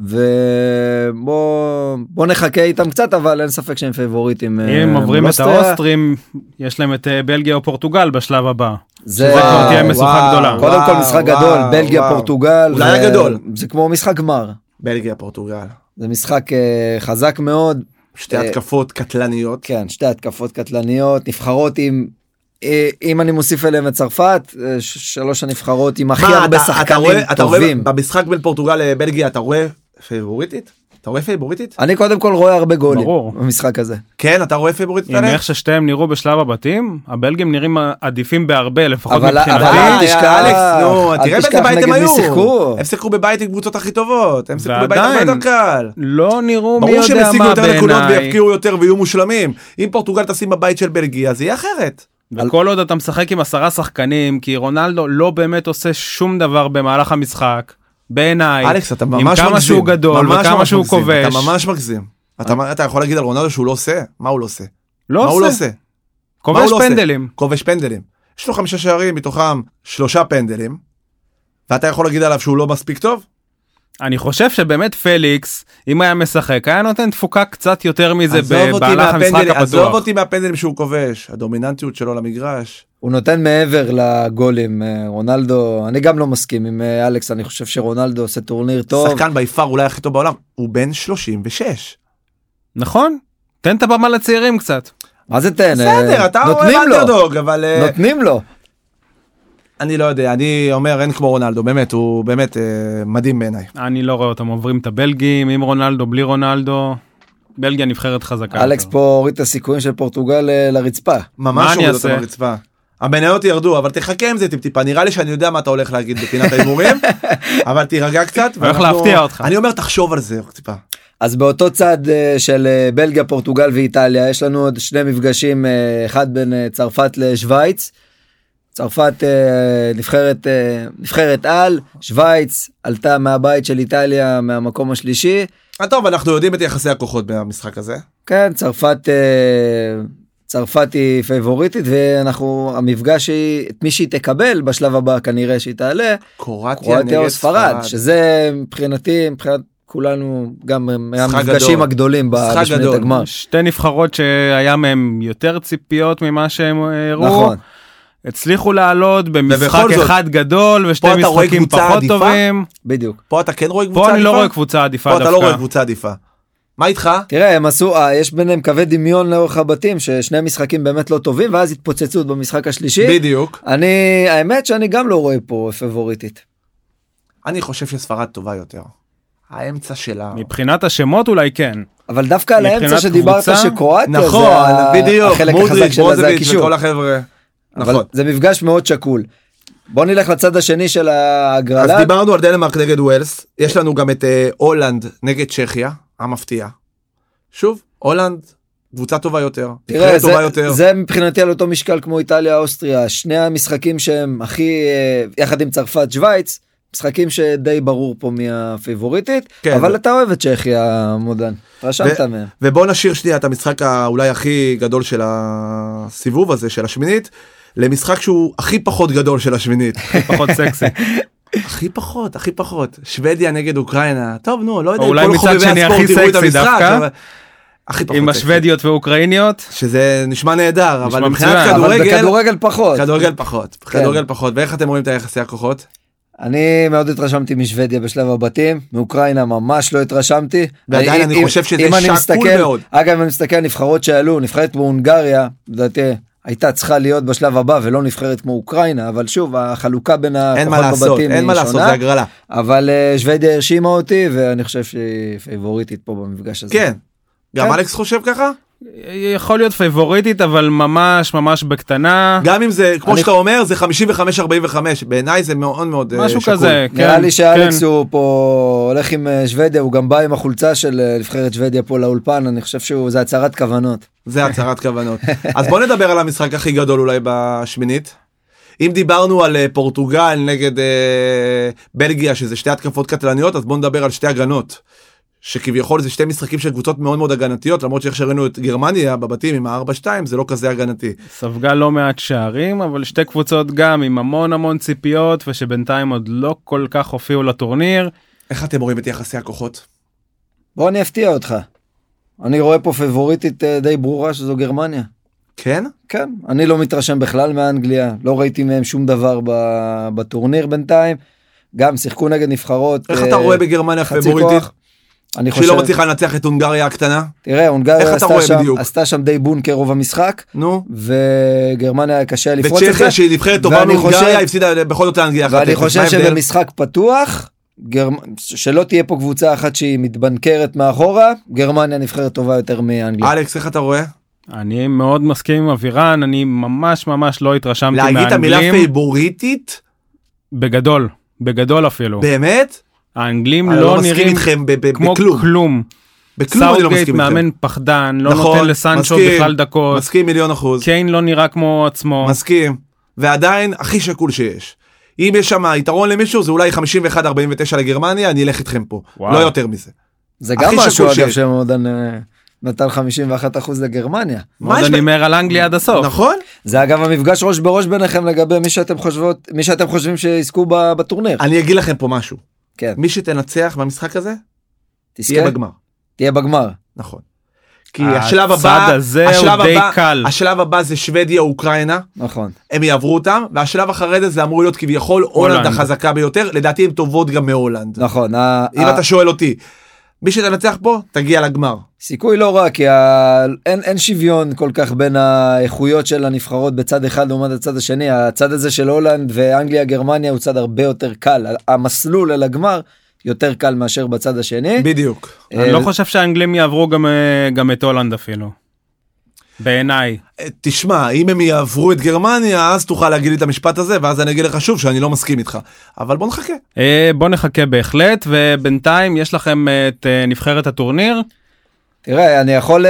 ובואו נחכה איתם קצת, אבל אין ספק שהם פייבוריטים. אם עוברים את האוסטרים, יש להם את בלגיה או פורטוגל בשלב הבא. זה כבר תהיה משוכה גדולה. קודם כל משחק גדול, בלגיה, פורטוגל. אולי הגדול. זה כמו משחק גמר. בלגיה, פורטוגל. זה משחק חזק מאוד. 2 התקפות קטלניות. כן, 2 התקפות קטלניות, נבחרות עם... אם אני מוסיף אליהם את צרפת, 3 הנבחרות עם הכי הרבה שחקנים טובים. במשחק בין פורטוגל לבלגיה אתה רואה פייבוריטית? אני קודם כל רואה הרבה גולים במשחק הזה. כן, אתה רואה פייבוריטית? אם איך ששתיהם נראו בשלב הבתים, הבלגים נראים עדיפים בהרבה, לפחות מבחינתי. אבל תראה באיזה בית הם היו. הם שיחקו בבית עם קבוצות הכי טובות. הם שיחקו בבית הרבה יותר קל. לא נראו מי יודע מה בעיניי. ברור שהם השיגו יותר נקודות ויפקיעו יותר ויהיו מושלמים. אם פורטוגל תשים בבית של בלגיה, זה יהיה אחרת. וכל עוד אתה משחק עם 10 שחקנים, כי רונלדו לא באמת עושה שום דבר במהלך המשחק, בעיניי, אלכס, אתה עם ממש כמה מגזים. שהוא גדול ממש וכמה ממש שהוא מגזים. כובש. אתה ממש מגזים. אתה יכול להגיד על רונלדו שהוא לא עושה? מה הוא לא עושה? לא מה הוא לא עושה. עושה? כובש מה הוא לא פנדלים. עושה? כובש פנדלים. יש לו 5 שערים, מתוכם 3 פנדלים, ואתה יכול להגיד עליו שהוא לא מספיק טוב? אני חושב שבאמת פליקס, אם היה משחק, היה נותן תפוקה קצת יותר מזה במהלך המשחק הפתוח. עזוב אותי מהפנדלים שהוא כובש, הדומיננטיות שלו למגרש. הוא נותן מעבר לגולים, רונלדו, אני גם לא מסכים עם אלכס, אני חושב שרונלדו עושה טורניר טוב. שחקן ביפר אולי הכי טוב בעולם, הוא בן 36. נכון, תן את הבמה לצעירים קצת. מה זה תן? בסדר, אתה אוהב אנדרדוג, אבל... נותנים לו. אני לא יודע, אני אומר אין כמו רונלדו, באמת, הוא באמת מדהים בעיניי. אני לא רואה אותם עוברים את הבלגים, עם רונלדו, בלי רונלדו. בלגיה נבחרת חזקה. אלכס פה הוריד את הסיכויים של פורטוגל לרצפה. ממש הוריד אותם לרצפה. המניות ירדו, אבל תחכה עם זה טיפה, נראה לי שאני יודע מה אתה הולך להגיד בפינת ההימורים, אבל תירגע קצת. הולך להפתיע אותך. אני אומר תחשוב על זה טיפה. אז באותו צד של בלגיה, פורטוגל ואיטליה, יש לנו עוד 2 מפגשים, אחד בין צרפת לשוויץ. צרפת נבחרת על, שוויץ עלתה מהבית של איטליה מהמקום השלישי. טוב, אנחנו יודעים את יחסי הכוחות במשחק הזה. כן, צרפת היא פייבוריטית, ואנחנו, המפגש היא, את מי שהיא תקבל בשלב הבא כנראה שהיא תעלה, קרואטיה או ספרד, שזה מבחינתי, מבחינת כולנו, גם מהמפגשים הגדולים בשמינית הגמר. 2 נבחרות שהיה מהם יותר ציפיות ממה שהם הראו. נכון. הצליחו לעלות במשחק אחד גדול ושתי משחקים פחות טובים. בדיוק. פה אתה כן רואה קבוצה עדיפה? פה אני לא רואה קבוצה עדיפה דווקא. פה אתה לא רואה קבוצה עדיפה. מה איתך? תראה, הם עשו, יש ביניהם קווי דמיון לאורך הבתים, ששני משחקים באמת לא טובים, ואז התפוצצות במשחק השלישי. בדיוק. האמת שאני גם לא רואה פה פבוריטית. אני חושב שספרד טובה יותר. האמצע שלה. מבחינת השמות אולי כן. אבל דווקא על האמצע שדיברת שקרואטיה, נכון, בדיוק. החלק החזק שלה זה הקישור. וכל החבר'ה. אבל זה מפגש מאוד שקול. בוא נלך לצד השני של ההגרלה. אז דיברנו על דנמרק נגד ווילס, יש לנו גם את הולנד נגד צ'כיה, המפתיע. שוב, הולנד, קבוצה טובה יותר, תראה, זה מבחינתי על אותו משקל כמו איטליה, אוסטריה, שני המשחקים שהם הכי, יחד עם צרפת, שוויץ, משחקים שדי ברור פה מהפייבוריטית, כן, אבל אתה אוהב את צ'כיה, מודן, רשמת מהם. ובוא נשאיר שנייה את המשחק אולי הכי גדול של הסיבוב הזה, של השמינית, למשחק שהוא הכי פחות גדול של השמינית. הכי פחות סקסי. הכי פחות. שוודיה נגד אוקראינה. טוב, נו, לא יודע. אולי מצד שני הכי סקסי דווקא. עם השוודיות ואוקראיניות. שזה נשמע נהדר, אבל מבחינת בכדורגל פחות. כדורגל פחות. ואיך אתם רואים את היחסי הכוחות? אני מאוד התרשמתי משוודיה בשלב הבתים, מאוקראינה ממש לא התרשמתי. ועדיין אני חושב שזה שקול מאוד. אגב, אם אני מסתכל על נבחרות שעלו, נבחרת כמו הונגריה, לדעתי, הייתה צריכה להיות בשלב הבא ולא נבחרת כמו אוקראינה, אבל שוב, החלוקה בין הכוחות בבתים היא שונה. אין מה לעשות, זה הגרלה. אבל שוודיה הרשימה אותי, ואני חושב שהיא פייבוריטית פה במפגש הזה. כן. גם אלכס חושב ככה? יכול להיות פייבוריטית, אבל ממש ממש בקטנה. גם אם זה, כמו שאתה אומר, זה 55-45, בעיניי זה מאוד מאוד שקול. משהו כזה, כן. נראה לי שאלכס הוא פה הולך עם שוודיה, הוא גם בא עם החולצה של נבחרת שוודיה פה לאולפן, אני חושב שזה הצהרת כוונות. זה הצהרת כוונות. אז בוא נדבר על המשחק הכי גדול אולי בשמינית. אם דיברנו על פורטוגל נגד בלגיה, שזה שתי התקפות קטלניות, אז בוא נדבר על שתי הגנות. שכביכול זה שתי משחקים של קבוצות מאוד מאוד הגנתיות, למרות שאיך שראינו את גרמניה בבתים עם ה-4-2, זה לא כזה הגנתי. ספגה לא מעט שערים, אבל שתי קבוצות גם עם המון ציפיות, ושבינתיים עוד לא כל כך הופיעו לטורניר. איך אתם רואים את יחסי הכוחות? בוא אני אפתיע אותך. אני רואה פה פייבוריטית די ברורה שזו גרמניה. כן? כן, אני לא מתרשם בכלל מאנגליה, לא ראיתי מהם שום דבר בטורניר בינתיים, גם שיחקו נגד נבחרות. איך אתה רואה בגרמניה פייבוריטית? שהיא לא מצליחה לנצח את הונגריה הקטנה? תראה, הונגריה עשתה שם די בונקר רוב המשחק, וגרמניה קשה לפרוץ את זה. וצ'כיה שהיא נבחרת טובה מהונגריה, הפסידה בכל זאת לאנגליה. ואני חושב שבמשחק פתוח, שלא תהיה פה קבוצה אחת שהיא מתבנקרת מאחורה, גרמניה נבחרת טובה יותר מאנגליה. אלכס, איך אתה רואה? אני מאוד מסכים עם אבירן, אני ממש לא התרשמתי מהאנגלים. להגיד את המילה פייבוריטית? בגדול אפילו. באמת? האנגלים לא נראים כמו כלום. בכלום אני לא סאוטגייט מסכים איתכם. מאמן פחדן, לא נכון, נותן לסנצ'ו מסכים, בכלל דקות. מסכים 1,000,000%. קיין לא נראה כמו עצמו. מסכים, ועדיין הכי שקול שיש. אם יש שם יתרון למישהו, זה אולי 51-49 לגרמניה, אני אלך איתכם פה. וואו. לא יותר מזה. זה גם הכי משהו, שקול אגב, שיש. שמודן נתן 51% לגרמניה. מה יש מודן הימר על אנגליה עד הסוף. נכון? זה אגב המפגש ראש בראש ביניכם לגבי מי שאתם חושבים שיזכו בטורניר. אני אגיד לכם פה משהו. כן. מי שתנצח במשחק הזה, תזכה? תהיה בגמר. תהיה בגמר. נכון. כי השלב הבא, הצד הזה הוא די קל. השלב הבא זה שוודיה אוקראינה, נכון. הם יעברו אותם, והשלב אחרי זה אמור להיות כביכול הולנד החזקה ביותר, לדעתי הן טובות גם מהולנד. נכון. אם אתה שואל אותי, מי שתנצח פה, תגיע לגמר. סיכוי לא רע, כי אין שוויון כל כך בין האיכויות של הנבחרות בצד אחד לעומת הצד השני. הצד הזה של הולנד ואנגליה גרמניה הוא צד הרבה יותר קל. המסלול אל הגמר יותר קל מאשר בצד השני. בדיוק. אני לא חושב שהאנגלים יעברו גם את הולנד אפילו. בעיניי. תשמע, אם הם יעברו את גרמניה, אז תוכל להגיד לי את המשפט הזה, ואז אני אגיד לך שוב שאני לא מסכים איתך. אבל בוא נחכה. בוא נחכה בהחלט, ובינתיים יש לכם את נבחרת הטורניר. תראה, אני יכול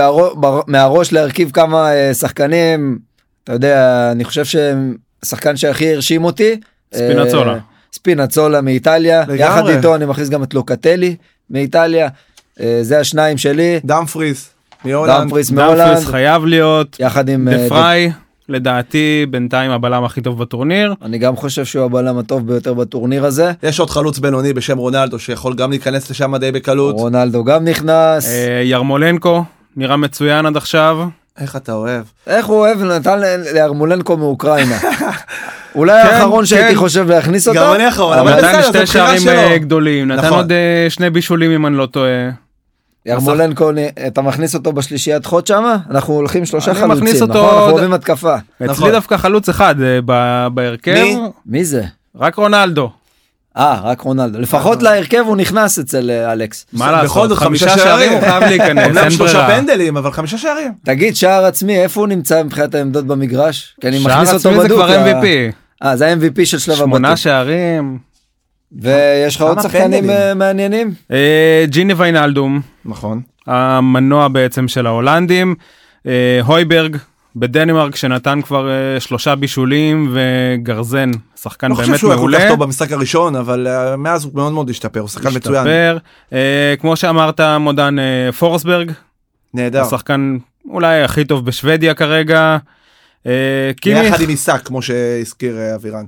מהראש להרכיב כמה שחקנים, אתה יודע, אני חושב ששחקן שהכי הרשים אותי. ספינצולה. ספינצולה מאיטליה, לגמרי. יחד איתו אני מכניס גם את לוקטלי מאיטליה, זה השניים שלי. דמפריס מהולנד. דמפריס מהולנד. דמפריס חייב להיות. יחד עם דה פריי, לדעתי בינתיים הבלם הכי טוב בטורניר. אני גם חושב שהוא הבלם הטוב ביותר בטורניר הזה. יש עוד חלוץ בינוני בשם רונלדו, שיכול גם להיכנס לשם די בקלות. רונלדו גם נכנס. ירמולנקו, נראה מצוין עד עכשיו. איך אתה אוהב? איך הוא אוהב, נתן לירמולנקו מאוקראינה. אולי האחרון שהייתי חושב להכניס אותו. גם אני האחרון, אבל נתן בסדר, שתי זה בחירה שערים שלו. גדולים, נתן נכון. עוד 2 בישולים אם אני לא טועה. ירמולנקו, אתה מכניס אותו בשלישיית חוד שמה? אנחנו הולכים 3 אני חלוצים, מכניס אותו נכון? אנחנו עוד- אוהבים התקפה. אצלי נכון. דווקא חלוץ אחד בהרכב. מי? מי זה? רק רונלדו. רק רונלדו. לפחות להרכב הוא נכנס אצל אלכס. מה בכל לעשות? זאת, 5 5 שערים הוא חייב להיכנס, אומנם אין 3 ברירה. פנדלים, אבל 5 שערים. תגיד, שער עצמי, איפה הוא נמצא מבחינת העמדות במגרש? כי אני שער מכניס אותו עצמי זה בדוק. כבר MVP. זה ה-MVP של שלב 8 הבתים. שערים. ויש לך עוד כמה שחקנים פנדלים? מעניינים? ג'יני ויינלדום, נכון. המנוע בעצם של ההולנדים. הויברג בדנמרק שנתן כבר 3 בישולים וגרזן, שחקן לא חושב באמת שהוא היה כל מעולה. כך טוב במשחק הראשון, אבל מאז הוא מאוד מאוד השתפר, הוא שחקן מצוין. השתפר. כמו שאמרת מודן, פורסברג, נהדר. השחקן אולי הכי טוב בשוודיה כרגע. קימיך, ביחד עם עיסק, כמו שהזכיר אבירן.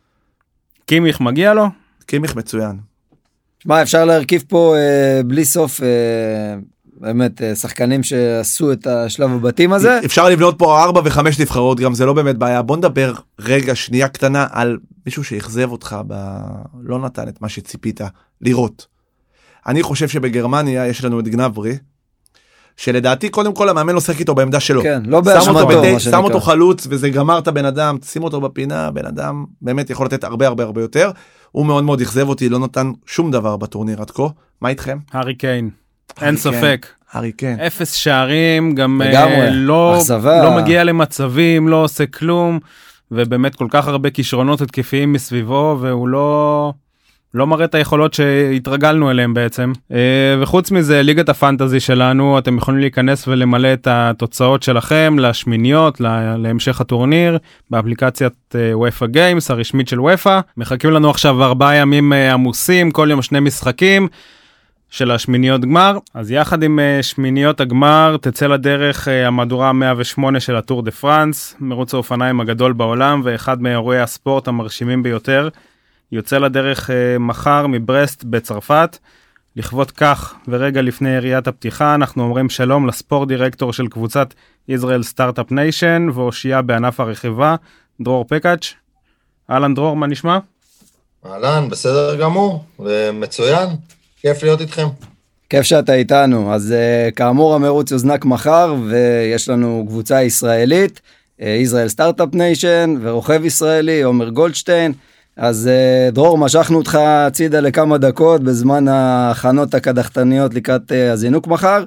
קימיך מגיע לו. קימיך מצוין. מה, אפשר להרכיב פה בלי סוף באמת שחקנים שעשו את השלב הבתים הזה? אפשר לבנות פה 4 ו5 נבחרות, גם זה לא באמת בעיה. בוא נדבר רגע, שנייה קטנה, על מישהו שאכזב אותך, לא נתן את מה שציפית לראות. אני חושב שבגרמניה יש לנו את גנברי, שלדעתי קודם כל המאמן לא שחק איתו בעמדה שלו. כן, לא שם אותו באשמתו, בדי- מה שם שנקרא. אותו חלוץ וזה גמר את הבן אדם, שים אותו בפינה, בן אדם באמת יכול לתת הרבה הרבה הרבה יותר. הוא מאוד מאוד אכזב אותי, לא נתן שום דבר בטורניר עד כה. מה איתכם? הארי קיין, אין הארי ספק. הארי קיין. 0 שערים, גם לגמרי, לא אכזבה. מגיע למצבים, לא עושה כלום, ובאמת כל כך הרבה כישרונות התקפיים מסביבו, והוא לא מראה את היכולות שהתרגלנו אליהם בעצם. וחוץ מזה, ליגת הפנטזי שלנו, אתם יכולים להיכנס ולמלא את התוצאות שלכם לשמיניות, להמשך הטורניר, באפליקציית וויפה גיימס, הרשמית של וויפה. מחכים לנו עכשיו 4 ימים עמוסים, כל יום 2 משחקים. של השמיניות גמר. אז יחד עם שמיניות הגמר תצא לדרך המהדורה 108 של הטור דה פרנס, מרוץ האופניים הגדול בעולם ואחד מאירועי הספורט המרשימים ביותר. יוצא לדרך מחר מברסט בצרפת. לכבוד כך ורגע לפני יריית הפתיחה אנחנו אומרים שלום לספורט דירקטור של קבוצת ישראל סטארט-אפ ניישן והושיעה בענף הרכיבה, דרור פקאץ'. אהלן דרור, מה נשמע? אהלן, בסדר גמור, ומצוין, כיף להיות איתכם. כיף שאתה איתנו. אז כאמור המרוץ יוזנק מחר ויש לנו קבוצה ישראלית, ישראל סטארט-אפ ניישן ורוכב ישראלי, עומר גולדשטיין. אז דרור, משכנו אותך הצידה לכמה דקות בזמן ההכנות הקדחתניות לקראת הזינוק מחר.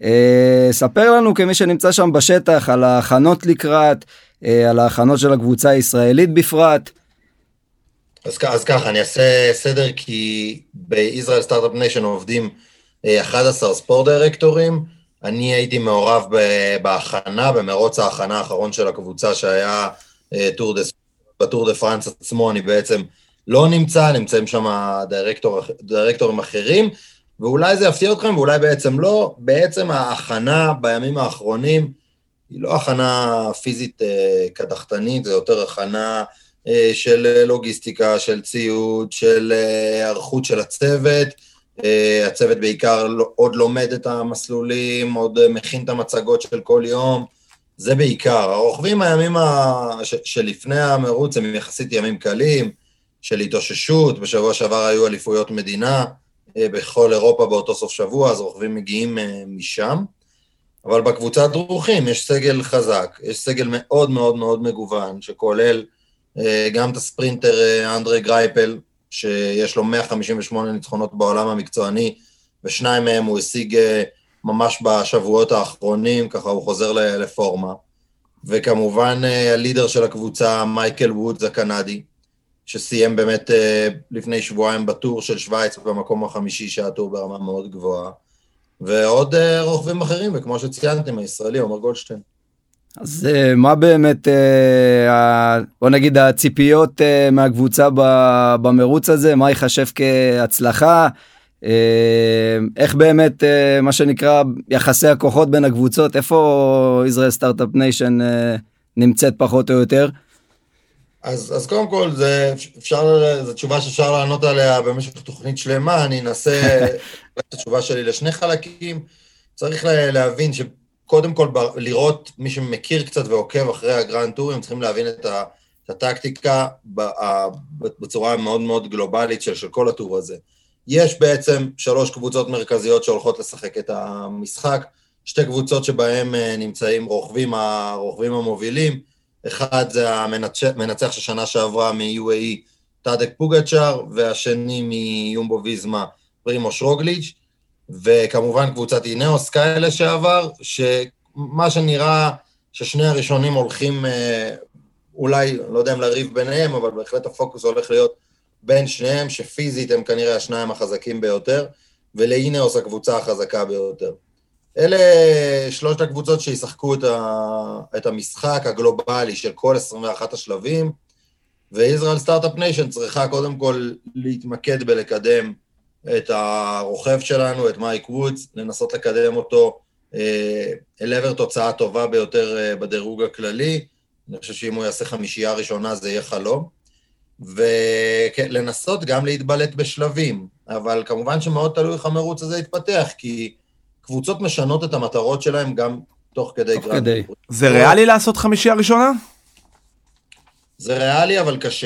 ספר לנו כמי שנמצא שם בשטח על ההכנות לקראת, על ההכנות של הקבוצה הישראלית בפרט. אז ככה, אני אעשה סדר, כי בישראל סטארט-אפ ניישן עובדים 11 ספורט דירקטורים. אני הייתי מעורב בהכנה, במרוץ ההכנה האחרון של הקבוצה שהיה בטור דה פרנס עצמו, אני בעצם לא נמצאים שם דירקטורים אחרים, ואולי זה יפתיע אתכם, ואולי בעצם לא, בעצם ההכנה בימים האחרונים, היא לא הכנה פיזית קדחתנית, זה יותר הכנה של לוגיסטיקה, של ציוד, של ערכות של הצוות, הצוות בעיקר עוד לומד את המסלולים, עוד מכין את המצגות של כל יום, זה בעיקר. הרוכבים הימים שלפני המרוץ הם יחסית ימים קלים, של התאוששות, בשבוע שעבר היו אליפויות מדינה, בכל אירופה באותו סוף שבוע, אז רוכבים מגיעים משם, אבל בקבוצת דרוכים יש סגל חזק, יש סגל מאוד מאוד מאוד מגוון, שכולל גם את הספרינטר אנדרי גרייפל, שיש לו 158 ניצחונות בעולם המקצועני, ושניים מהם הוא השיג ממש בשבועות האחרונים, ככה הוא חוזר לפורמה, וכמובן הלידר של הקבוצה מייקל וודס הקנדי, שסיים באמת לפני שבועיים בטור של שוויץ במקום החמישי, שהיה טור ברמה מאוד גבוהה, ועוד רוכבים אחרים, וכמו שציינתם, הישראלי, עומר גולדשטיין. אז מה באמת, בוא נגיד, הציפיות מהקבוצה במרוץ הזה, מה ייחשב כהצלחה, איך באמת, מה שנקרא, יחסי הכוחות בין הקבוצות, איפה ישראל סטארט-אפ ניישן נמצאת פחות או יותר? אז קודם כל, זו תשובה שאפשר לענות עליה במשך תוכנית שלמה, אני אנסה את התשובה שלי לשני חלקים. צריך להבין שקודם כל, לראות מי שמכיר קצת ועוקב אחרי הגרנד טורים, צריכים להבין את הטקטיקה בצורה מאוד מאוד גלובלית של כל הטור הזה. יש בעצם 3 קבוצות מרכזיות שהולכות לשחק את המשחק, 2 קבוצות שבהן נמצאים הרוכבים המובילים, אחד זה המנצח ששנה שעברה מ-UAE, טאדק פוגצ'אר, והשני מיומבו ויזמה, פרימוש רוגליץ', וכמובן קבוצת אינאוס כאלה שעבר, שמה שנראה ששני הראשונים הולכים, אולי, לא יודע אם לריב ביניהם, אבל בהחלט הפוקוס הולך להיות בין שניהם, שפיזית הם כנראה השניים החזקים ביותר, ולאינאוס הקבוצה החזקה ביותר. אלה 3 הקבוצות שישחקו את המשחק הגלובלי של כל 21 השלבים, וישראל סטארט-אפ ניישן צריכה קודם כל להתמקד בלקדם את הרוכב שלנו, את מייק וודס, לנסות לקדם אותו אל עבר תוצאה טובה ביותר בדירוג הכללי. אני חושב שאם הוא יעשה 5 ראשונה זה יהיה חלום, ולנסות גם להתבלט בשלבים, אבל כמובן שמאוד תלוי איך המרוץ הזה יתפתח, כי קבוצות משנות את המטרות שלהם גם תוך כדי גרנד. זה ריאלי לעשות 5 ראשונה? זה ריאלי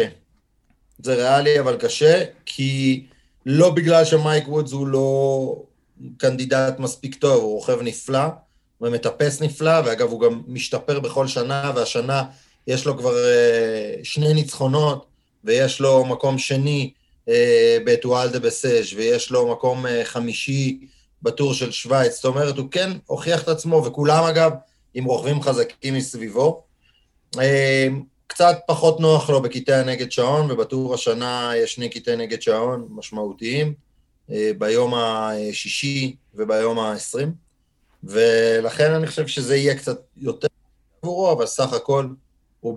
אבל קשה, כי לא בגלל שמייק וודס הוא לא קנדידט מספיק טוב, הוא רוכב נפלא, הוא מטפס נפלא, ואגב הוא גם משתפר בכל שנה, והשנה יש לו כבר 2 ניצחונות, ויש לו מקום שני בטואל דה בסאז', ויש לו מקום 5 בטור של שוויץ, זאת אומרת, הוא כן הוכיח את עצמו, וכולם אגב עם רוכבים חזקים מסביבו. קצת פחות נוח לו בקטעי נגד שעון, ובטור השנה יש 2 קטעי נגד שעון משמעותיים, ביום ה-6 וביום ה-20, ולכן אני חושב שזה יהיה קצת יותר עבורו, אבל סך הכל הוא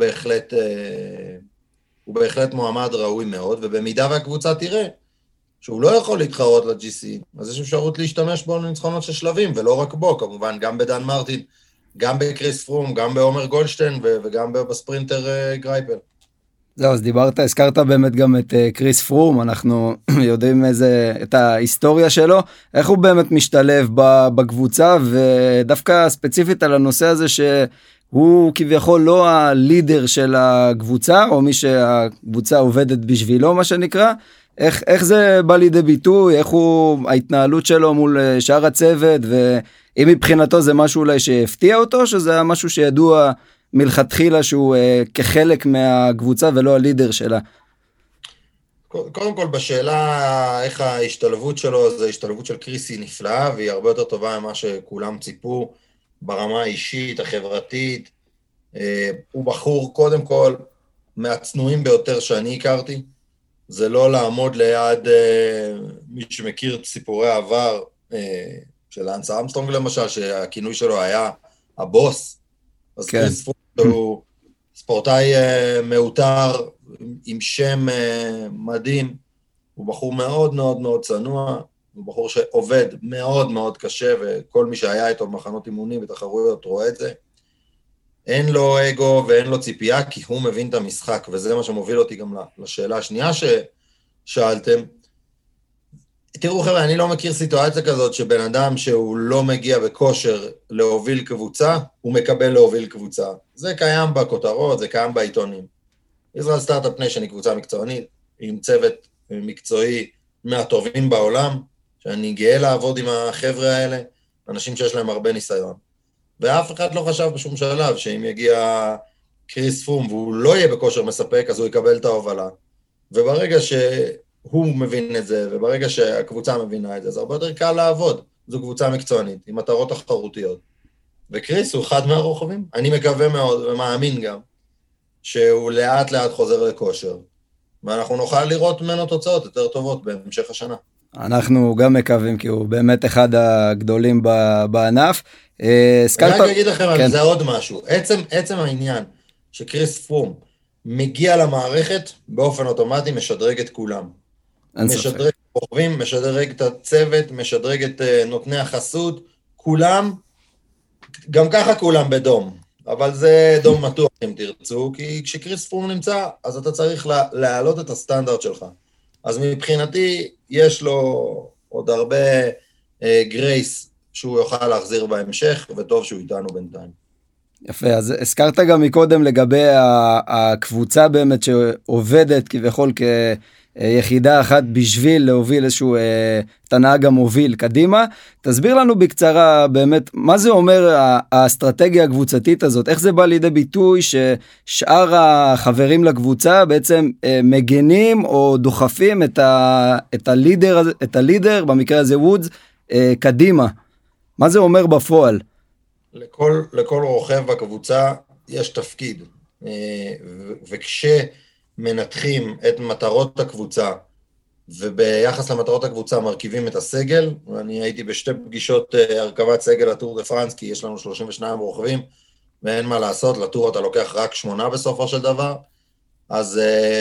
בהחלט מועמד ראוי מאוד, ובמידה והקבוצה תראה שהוא לא יכול להתחרות ל-GC, אז יש אפשרות להשתמש בו לניצחונות של שלבים, ולא רק בו, כמובן, גם בדן מרטין, גם בקריס פרום, גם בעומר גולדשטיין, וגם בספרינטר גרייפל. זהו, אז הזכרת באמת גם את קריס פרום, אנחנו יודעים את ההיסטוריה שלו, איך הוא באמת משתלב בקבוצה, ודווקא ספציפית על הנושא הזה שהוא כביכול לא הלידר של הקבוצה, או מי שהקבוצה עובדת בשבילו, מה שנקרא, איך זה בא לידי ביטוי, איך ההתנהלות שלו מול שאר הצוות, ואם מבחינתו זה משהו אולי שהפתיע אותו, שזה משהו שידוע מלכתחילה שהוא כחלק מהקבוצה ולא הלידר שלה? קודם כל בשאלה איך ההשתלבות שלו, זה השתלבות של קריסי נפלאה, והיא הרבה יותר טובה ממה שכולם ציפו ברמה האישית, החברתית. הוא בחור קודם כל מהצנועים ביותר שאני הכרתי, זה לא לעמוד ליד מי שמכיר את סיפורי העבר, של לאנס ארמסטרונג למשל, שהכינוי שלו היה הבוס, אז כן. קריס פרום הוא ספורטאי מאותר, עם שם מדהים, הוא בחור מאוד מאוד מאוד צנוע, הוא בחור שעובד מאוד מאוד קשה, וכל מי שהיה איתו במחנות אימונים ותחרויות רואה את זה. אין לו אגו ואין לו ציפייה, כי הוא מבין את המשחק, וזה מה שמוביל אותי גם לשאלה השנייה ששאלתם. תראו חבר'ה, אני לא מכיר סיטואציה כזאת שבן אדם שהוא לא מגיע בכושר להוביל קבוצה, הוא מקבל להוביל קבוצה. זה קיים בכותרות, זה קיים בעיתונים. ישראל סטארט-אפ ניישן היא קבוצה מקצוענית, עם צוות מקצועי מהטובים בעולם, שאני גאה לעבוד עם החבר'ה האלה, אנשים שיש להם הרבה ניסיון. ואף אחד לא חשב בשום שלב שאם יגיע קריס פרום והוא לא יהיה בכושר מספק, אז הוא יקבל את ההובלה. וברגע שהוא מבין את זה, וברגע שהקבוצה מבינה את זה, אז הרבה יותר קל לעבוד. זו קבוצה מקצוענית, עם מטרות תחרותיות. וקריס הוא אחד מהרוכבים. אני מקווה מאוד ומאמין גם, שהוא לאט לאט חוזר לכושר, ואנחנו נוכל לראות ממנו תוצאות יותר טובות בהמשך השנה. אנחנו גם מקווים, כי הוא באמת אחד הגדולים בענף. אני רק אגיד לכם על זה עוד משהו. עצם העניין שקריס פרום מגיע למערכת, באופן אוטומטי משדרג את כולם. משדרג את רוכבים, משדרג את הצוות, משדרג את נותני החסות, כולם, גם ככה כולם בדום. אבל זה דום מתוח אם תרצו, כי כשקריס פרום נמצא, אז אתה צריך להעלות את הסטנדרט שלך. אז מבחינתי, יש לו עוד הרבה גרייס שהוא יוכל להחזיר בהמשך, וטוב שהוא איתנו בינתיים. יפה, אז הזכרת גם מקודם לגבי הקבוצה באמת שעובדת כביכול כיחידה אחת בשביל להוביל איזשהו את הנהג המוביל קדימה. תסביר לנו בקצרה באמת מה זה אומר האסטרטגיה הקבוצתית הזאת, איך זה בא לידי ביטוי ששאר החברים לקבוצה בעצם מגנים או דוחפים את הלידר, במקרה הזה וודס, קדימה. מה זה אומר בפועל? לכל רוכב בקבוצה יש תפקיד, וכשמנתחים את מטרות הקבוצה, וביחס למטרות הקבוצה מרכיבים את הסגל, ואני הייתי בשתי פגישות הרכבת סגל לטור דה פרנס, כי יש לנו 32 רוכבים, ואין מה לעשות, לטור אתה לוקח רק 8 בסופו של דבר, אז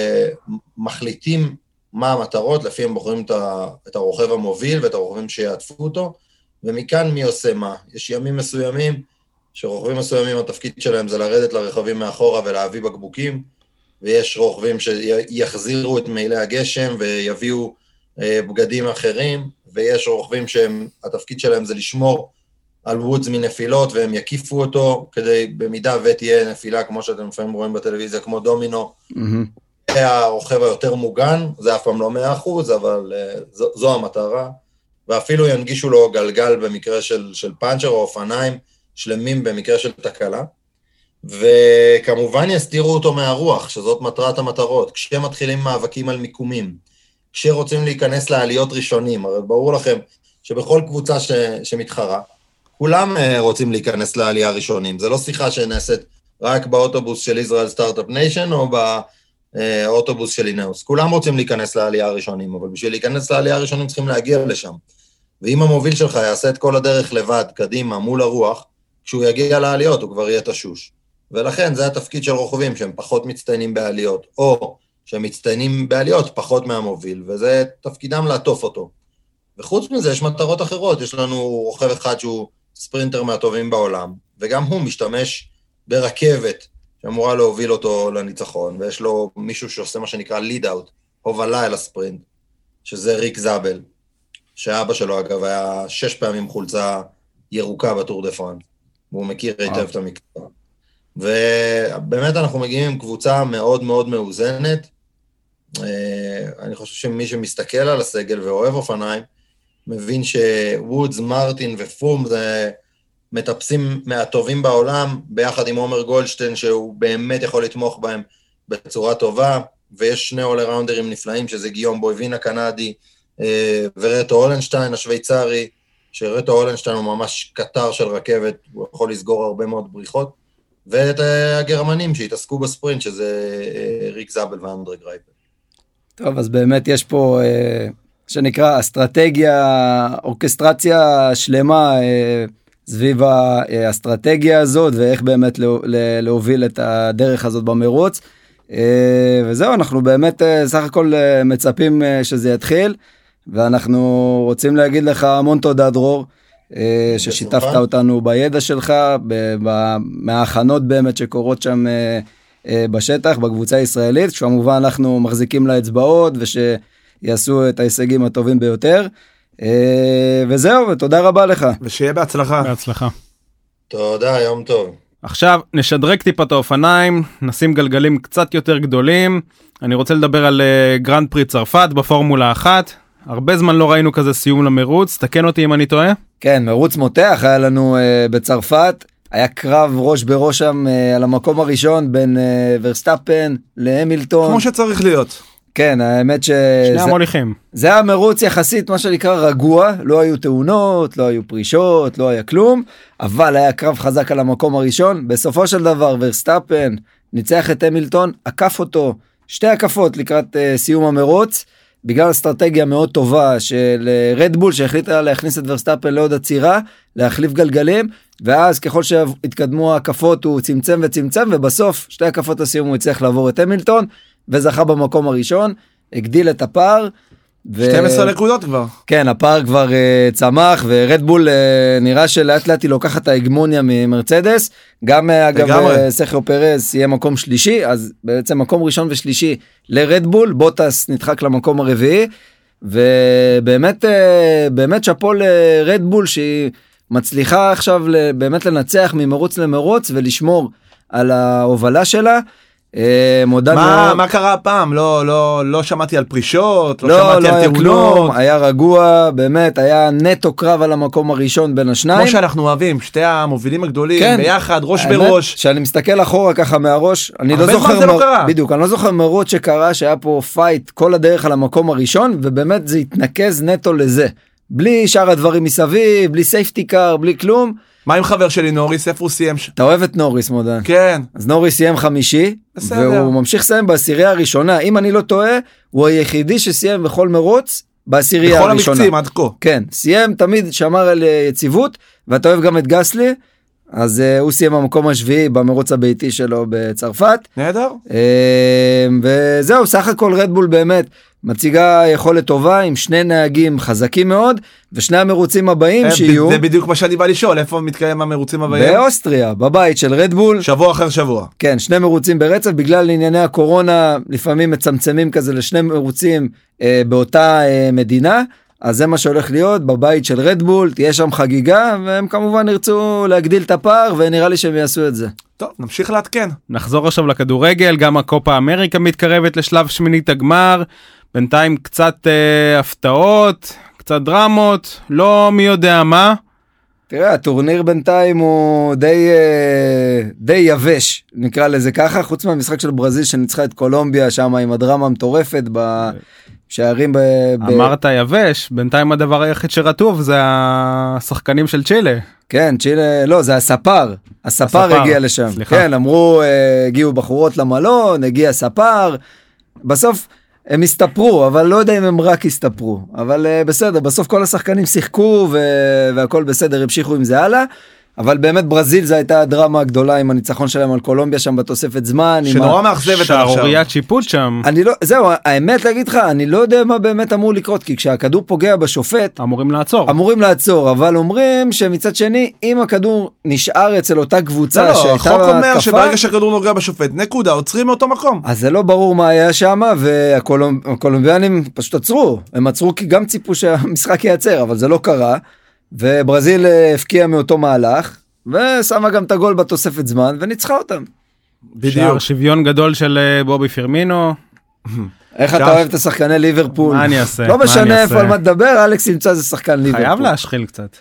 מחליטים מה המטרות, לפי הם בוחרים את הרוכב המוביל ואת הרוכבים שיעטפו אותו, ומכאן מי עושה מה. יש ימים מסוימים, שרוכבים מסוימים התפקיד שלהם זה לרדת לרכבים מאחורה ולהביא בקבוקים, ויש רוכבים שיחזירו את מעילי הגשם ויביאו בגדים אחרים, ויש רוכבים שהתפקיד שלהם זה לשמור על וודס מנפילות, והם יקיפו אותו כדי במידה ותהיה נפילה, כמו שאתם לפעמים רואים בטלוויזיה, כמו דומינו, הרוכב היותר מוגן, זה אף פעם לא 100%, אבל זו המטרה. ואפילו ינגישו לו גלגל במקרה של פאנצ'ר או אופניים שלמים במקרה של תקלה, וכמובן יסתירו אותו מהרוח, שזאת מטרת המטרות. כשמתחילים מאבקים על מיקומים, כשרוצים להיכנס לעליות ראשונים, הרי ברור לכם שבכל קבוצה שמתחרה, כולם רוצים להיכנס לעלייה ראשונים, זה לא שיחה שנעשית רק באוטובוס של ישראל סטארט-אפ ניישן או באוטובוס של אינאוס, כולם רוצים להיכנס לעלייה ראשונים, אבל בשביל להיכנס לעלייה ראשונים צריכים להגיע לשם. ואם המוביל שלך יעשה את כל הדרך לבד, קדימה, מול הרוח, כשהוא יגיע לעליות, הוא כבר יהיה תשוש. ולכן זה התפקיד של רוכבים, שהם פחות מצטיינים בעליות, או שהם מצטיינים בעליות פחות מהמוביל, וזה תפקידם לעטוף אותו. וחוץ מזה, יש מטרות אחרות, יש לנו רוכב אחד שהוא ספרינטר מהטובים בעולם, וגם הוא משתמש ברכבת, שאמורה להוביל אותו לניצחון, ויש לו מישהו שעושה מה שנקרא lead out, הובלה אל הספרינט, שזה ריק זאבל, שאבא שלו אגב היה 6 פעמים חולצה ירוקה בטור דה פרנס, והוא מכיר היטב את המקצוע. ובאמת אנחנו מגיעים עם קבוצה מאוד מאוד מאוזנת, אני חושב שמי שמסתכל על הסגל ואוהב אופניים, מבין שוודס, מרטין ופרום זה מטפסים מהטובים בעולם, ביחד עם עומר גולדשטיין, שהוא באמת יכול לתמוך בהם בצורה טובה, ויש 2 אול-ראונדרים נפלאים, שזה גיום בויבין הקנדי, ורטו הולנשטיין השוויצרי, שרטו הולנשטיין הוא ממש קטר של רכבת, הוא יכול לסגור הרבה מאוד בריחות, ואת הגרמנים שהתעסקו בספרינט, שזה ריק זאבל ואנדרי גרייפל. טוב, אז באמת יש פה שנקרא אסטרטגיה, אורקסטרציה שלמה סביב האסטרטגיה הזאת, ואיך באמת להוביל את הדרך הזאת במרוץ. וזהו, אנחנו באמת סך הכל מצפים שזה יתחיל, ואנחנו רוצים להגיד לך המון תודה דרור, ששיתפת אותנו בידע שלך, מההכנות באמת שקורות שם בשטח, בקבוצה הישראלית, כמובן אנחנו מחזיקים לאצבעות, ושיעשו את ההישגים הטובים ביותר, וזהו, ותודה רבה לך. ושיהיה בהצלחה. בהצלחה. תודה, יום טוב. עכשיו נשדרג טיפה את האופניים, נשים גלגלים קצת יותר גדולים. אני רוצה לדבר על גרנד פרי צרפת בפורמולה 1. הרבה זמן לא ראינו כזה סיום למרוץ, תקן אותי אם אני טועה. כן, מרוץ מותח היה לנו בצרפת, היה קרב ראש בראש שם על המקום הראשון בין ורסטאפן להמילטון. כמו שצריך להיות. כן, האמת שני המוליכים. זה היה מרוץ יחסית מה שנקרא רגוע, לא היו תאונות, לא היו פרישות, לא היה כלום, אבל היה קרב חזק על המקום הראשון. בסופו של דבר ורסטאפן ניצח את המילטון, עקף אותו 2 הקפות לקראת סיום המרוץ, בגלל אסטרטגיה מאוד טובה של רדבול שהחליטה להכניס את ורסטאפן לעוד עצירה, להחליף גלגלים, ואז ככל שהתקדמו הקפות הוא צמצם וצמצם, ובסוף 2 הקפות הסיום הוא הצליח לעבור את המילטון, וזכה במקום הראשון, הגדיל את הפער. 12 נקודות כבר. כן, הפער כבר צמח, ורדבול נראה שלאט לאט היא לוקחת את ההגמוניה ממרצדס, גם אגב סרחיו פרז יהיה מקום שלישי, אז בעצם מקום ראשון ושלישי לרדבול, בוטס נדחק למקום הרביעי, ובאמת באמת שפו לרדבול שהיא מצליחה עכשיו באמת לנצח ממרוץ למרוץ ולשמור על ההובלה שלה. מה קרה הפעם? לא שמעתי על פרישות, לא שמעתי על תאונות. היה רגוע, באמת, היה נטו קרב על המקום הראשון בין השניים. כמו שאנחנו אוהבים, שתי המובילים הגדולים, ביחד, ראש בראש. שאני מסתכל אחורה ככה מהראש, אני לא זוכר, בדיוק, אני לא זוכר מרוץ שקרה שהיה פה פייט כל הדרך על המקום הראשון, ובאמת זה התנקז נטו לזה. בלי שאר הדברים מסביב, בלי סייפטי קאר, בלי כלום. מה עם חבר שלי נוריס? איפה הוא סיים? אתה אוהב את נוריס, מודן. כן. אז נוריס סיים 5, והוא ממשיך לסיים בעשירייה הראשונה. אם אני לא טועה, הוא היחידי שסיים בכל מרוץ בעשירייה הראשונה. בכל המקצים עד כה. כן, סיים תמיד שמר על יציבות, ואתה אוהב גם את גסלי, אז הוא סיים במקום השביעי במרוץ הביתי שלו בצרפת. נהדר. וזהו, סך הכל רדבול באמת מציגה יכולת טובה עם 2 נהגים חזקים מאוד, ושני המרוצים הבאים שיהיו... זה בדיוק מה שאני בא לשאול, איפה מתקיים המרוצים הבאים? באוסטריה, בבית של רדבול. שבוע אחר שבוע. כן, 2 מרוצים ברצף, בגלל ענייני הקורונה, לפעמים מצמצמים כזה ל2 מרוצים באותה מדינה, אז זה מה שהולך להיות, בבית של רדבול, תהיה שם חגיגה, והם כמובן ירצו להגדיל את הפער, ונראה לי שהם יעשו את זה. טוב, נמשיך להתקן. נחזור עכשיו לכדורגל, גם הקופה אמריקה מתקרבת לשלב שמינית הגמר, בינתיים קצת הפתעות, קצת דרמות, לא מי יודע מה. תראה, הטורניר בינתיים הוא די יבש, נקרא לזה ככה, חוץ מהמשחק של ברזיל שניצחה את קולומביה שם עם הדרמה המטורפת בשערים אמרת יבש, בינתיים הדבר היחיד שרטוב זה השחקנים של צ'ילה. כן, צ'ילה, לא, זה הספר. הספר הגיע לשם. סליחה. כן, אמרו, הגיעו בחורות למלון, הגיע ספר. בסוף הם הסתפרו, אבל לא יודע אם הם רק הסתפרו. אבל בסדר, בסוף כל השחקנים שיחקו והכל בסדר, המשיכו עם זה הלאה. אבל באמת ברזיל זה הייתה הדרמה הגדולה עם הניצחון שלהם על קולומביה שם בתוספת זמן. שנורא מאכזבת עכשיו. שערוריית שיפוט שם. זהו, האמת להגיד לך, אני לא יודע מה באמת אמור לקרות, כי כשהכדור פוגע בשופט, אמורים לעצור, אבל אומרים שמצד שני, אם הכדור נשאר אצל אותה קבוצה שהייתה התקפה, החוק אומר שברגע שהכדור נוגע בשופט, נקודה, עוצרים מאותו מקום. אז זה לא ברור מה היה שם, והקולומביאנים פשוט עצרו. הם עצרו כי גם ציפו שהמשחק ייעצר, אבל זה לא קרה. וברזיל הפקיעה מאותו מהלך, ושמה גם את הגול בתוספת זמן, וניצחה אותם. שער שוויון גדול של בובי פירמינו. איך אתה אוהב את השחקני ליברפול? מה אני אעשה? לא משנה איפה על מה תדבר, אלכס ימצא איזה שחקן ליברפול. חייב להשחיל קצת.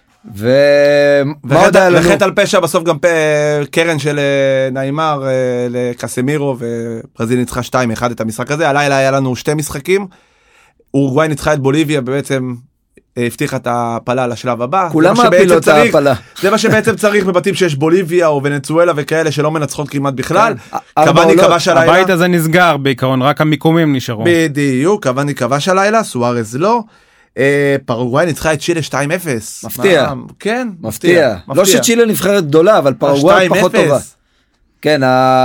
וחטא על פשע, בסוף גם קרן של ניימר לקסמירו, וברזיל ניצחה 2-1 את המשחק הזה. הלילה היה לנו 2 משחקים. אורוגוואי ניצחה את בוליביה, בעצם הבטיחה את ההפלה לשלב הבא. כולם מעפילות ההפלה. זה מה שבעצם צריך בבתים שיש בוליביה או ונצואלה וכאלה שלא מנצחות כמעט בכלל. קוואני כבש הלילה. הבית הזה נסגר בעיקרון, רק המיקומים נשארו. בדיוק, קוואני כבש הלילה, סוארז לא. פרגוואי ניצחה את צ'ילה 2-0. מפתיע. כן, מפתיע. לא שצ'ילה נבחרת גדולה, אבל פרגוואי פחות טובה. כן,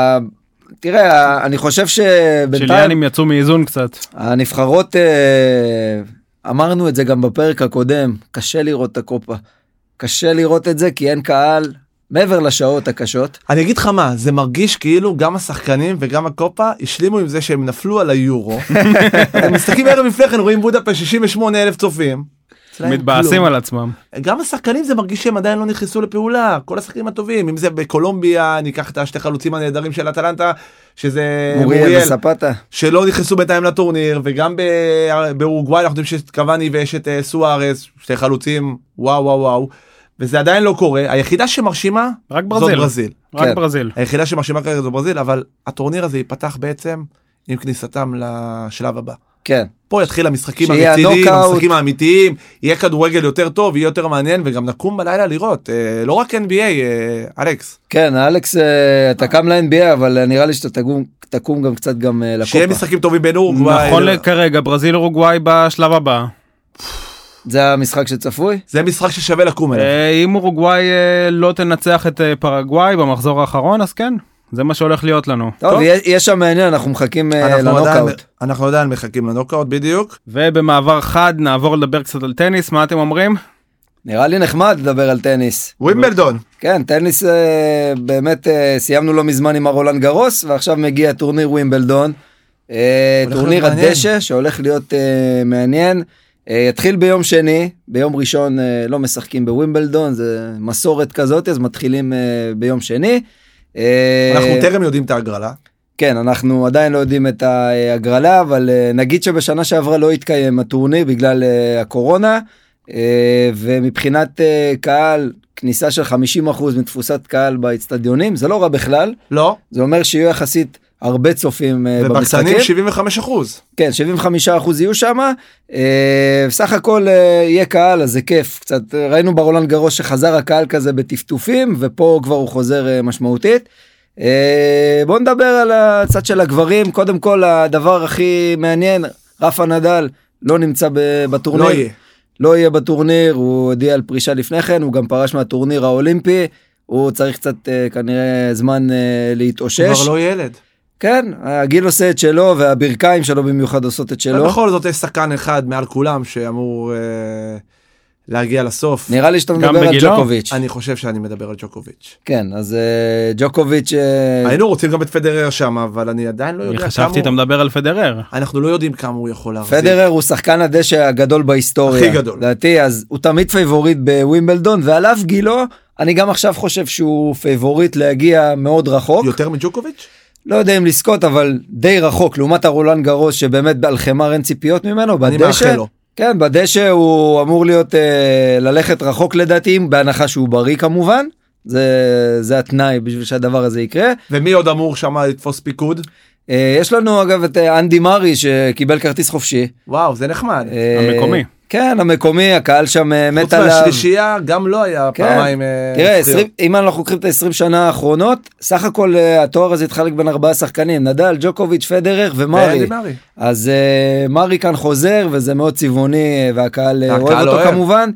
תראה, אני חושב שבינתיים... צ'יליאנים יצאו מאיזון קצת. הנבחרות, אמרנו את זה גם בפרק הקודם, קשה לראות את הקופה. קשה לראות את זה כי אין קהל, מעבר לשעות הקשות. אני אגיד לך מה, זה מרגיש כאילו גם השחקנים וגם הקופה השלימו עם זה שהם נפלו על היורו. הם מסתכלים ערב לפני כן, רואים בודפשט 68,000 צופים. מתבאסים על עצמם. גם השחקנים זה מרגיש שהם עדיין לא נכנסו לפעולה, כל השחקנים הטובים, אם זה בקולומביה, ניקח את השתי חלוצים הנהדרים של אטלנטה, שזה מוריאל וספטה, שלא נכנסו בינתיים לטורניר, וגם באורוגוואי אנחנו יודעים שקוואני ויש את סוארז, שתי חלוצים, וואו וואו וואו, וזה עדיין לא קורה. היחידה שמרשימה זאת ברזיל. רק ברזיל. היחידה שמרשימה כרגע זאת ברזיל, אבל הטורניר הזה ייפתח בעצם עם כניסתם לשלב הבא. כן. פה יתחיל המשחקים הרציניים, המשחקים האמיתיים, יהיה כדורגל יותר טוב, יהיה יותר מעניין, וגם נקום בלילה לראות, לא רק NBA, אלכס. כן, אלכס, אתה קם ל-NBA, אבל נראה לי שאתה תקום גם קצת גם לקופה. שיהיה משחקים טובים בין אורוגוואי. נכון כרגע, ברזיל אורוגוואי בשלב הבא. זה המשחק שצפוי? זה משחק ששווה לקום אליו. אם אורוגוואי לא תנצח את פרגוואי במחזור האחרון, אז כן. זה מה שהולך להיות לנו. טוב, יש שם מעניין, אנחנו מחכים לנוקאוט. אנחנו עדיין מחכים לנוקאוט, בדיוק. ובמעבר חד נעבור לדבר קצת על טניס, מה אתם אומרים? נראה לי נחמד לדבר על טניס. ווימבלדון. כן, טניס באמת סיימנו לא מזמן עם הרולנד גרוס, ועכשיו מגיע טורניר ווימבלדון. טורניר הדשא שהולך להיות מעניין. יתחיל ביום שני, ביום ראשון לא משחקים בווימבלדון, זה מסורת כזאת, אז מתחילים ביום שני. אנחנו טרם יודעים את ההגרלה. כן, אנחנו עדיין לא יודעים את ההגרלה, אבל נגיד שבשנה שעברה לא התקיים הטורניר בגלל הקורונה, ומבחינת קהל, כניסה של 50% מתפוסת קהל באצטדיונים, זה לא רע בכלל. לא. זה אומר שיהיו יחסית הרבה צופים במשחקים. ובקטנים 75%. כן, 75% יהיו שם. סך הכל יהיה קהל, אז זה כיף. קצת ראינו ברולנד גרוס שחזר הקהל כזה בטפטופים, ופה כבר הוא חוזר משמעותית. בואו נדבר על הצד של הגברים. קודם כל, הדבר הכי מעניין, רפה נדל לא נמצא בטורניר. לא יהיה. לא יהיה בטורניר, הוא הודיע על פרישה לפני כן, הוא גם פרש מהטורניר האולימפי, הוא צריך קצת כנראה זמן להתאושש. הוא כבר לא ילד. כן, הגיל עושה את שלו, והברכיים שלו במיוחד עושות את שלו. בכל זאת יש שחקן אחד מעל כולם שאמור להגיע לסוף. נראה לי שאתה מדבר על ג'וקוביץ'. אני חושב שאני מדבר על ג'וקוביץ'. כן, אז ג'וקוביץ'... היינו רוצים גם את פדרר שם, אבל אני עדיין לא יודע כמה... אני חשבתי אתה מדבר על פדרר. אנחנו לא יודעים כמה הוא יכול להחזיק. פדרר הוא שחקן הדשא הגדול בהיסטוריה. הכי גדול. לדעתי, אז הוא תמיד פייבוריט בווימבלדון, ועליו גילו, אני גם עכשיו חושב שהוא פייבוריט להגיע מאוד רחוק. יותר מג'וקוביץ'? לא יודע אם לזכות, אבל די רחוק, לעומת הרולנד גרוס, שבאמת על חמר אין ציפיות ממנו, אני מאחל לו. כן, בדשא הוא אמור להיות, ללכת רחוק לדעתי, בהנחה שהוא בריא כמובן, זה התנאי בשביל שהדבר הזה יקרה. ומי עוד אמור שם לתפוס פיקוד? יש לנו אגב את אנדי מרי שקיבל כרטיס חופשי. וואו, זה נחמד. המקומי. כן, המקומי, הקהל שם מת עליו. חוץ מהשלישייה, גם לא היה פעמיים... תראה, אם אנחנו לוקחים את ה-20 שנה האחרונות, סך הכל התואר הזה התחלק בין 4 שחקנים, נדל, ג'וקוביץ', פדרר ומרי. אז מרי כאן חוזר, וזה מאוד צבעוני, והקהל אוהב אותו כמובן.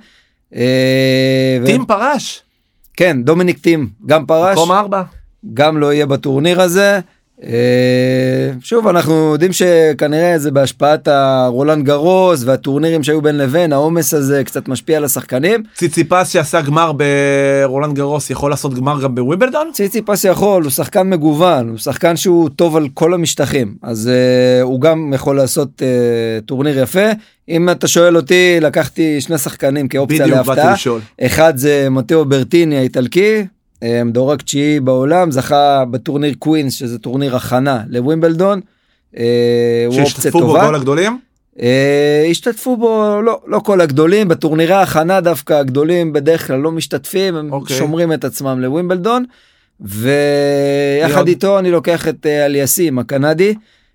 טים פרש. כן, דומיניק טים גם פרש. מקום 4. גם לא יהיה בטורניר הזה. שוב, אנחנו יודעים שכנראה זה בהשפעת הרולנד גרוס והטורנירים שהיו בין לבין, העומס הזה קצת משפיע על השחקנים. ציציפס שעשה גמר ברולנד גרוס יכול לעשות גמר גם בווימבלדון? ציציפס יכול, הוא שחקן מגוון, הוא שחקן שהוא טוב על כל המשטחים, אז הוא גם יכול לעשות טורניר יפה. אם אתה שואל אותי, לקחתי 2 שחקנים כאופציה להפתעה. אחד זה מתאו ברטיני האיטלקי, מדורג 9 בעולם, זכה בטורניר קווינס, שזה טורניר הכנה לווימבלדון. שהשתתפו בו כל הגדולים? השתתפו בו, לא כל הגדולים, בטורנירי הכנה דווקא הגדולים בדרך כלל לא משתתפים, הם שומרים את עצמם לווימבלדון, ויחד איתו אני לוקח את אליאסים, הקנדי,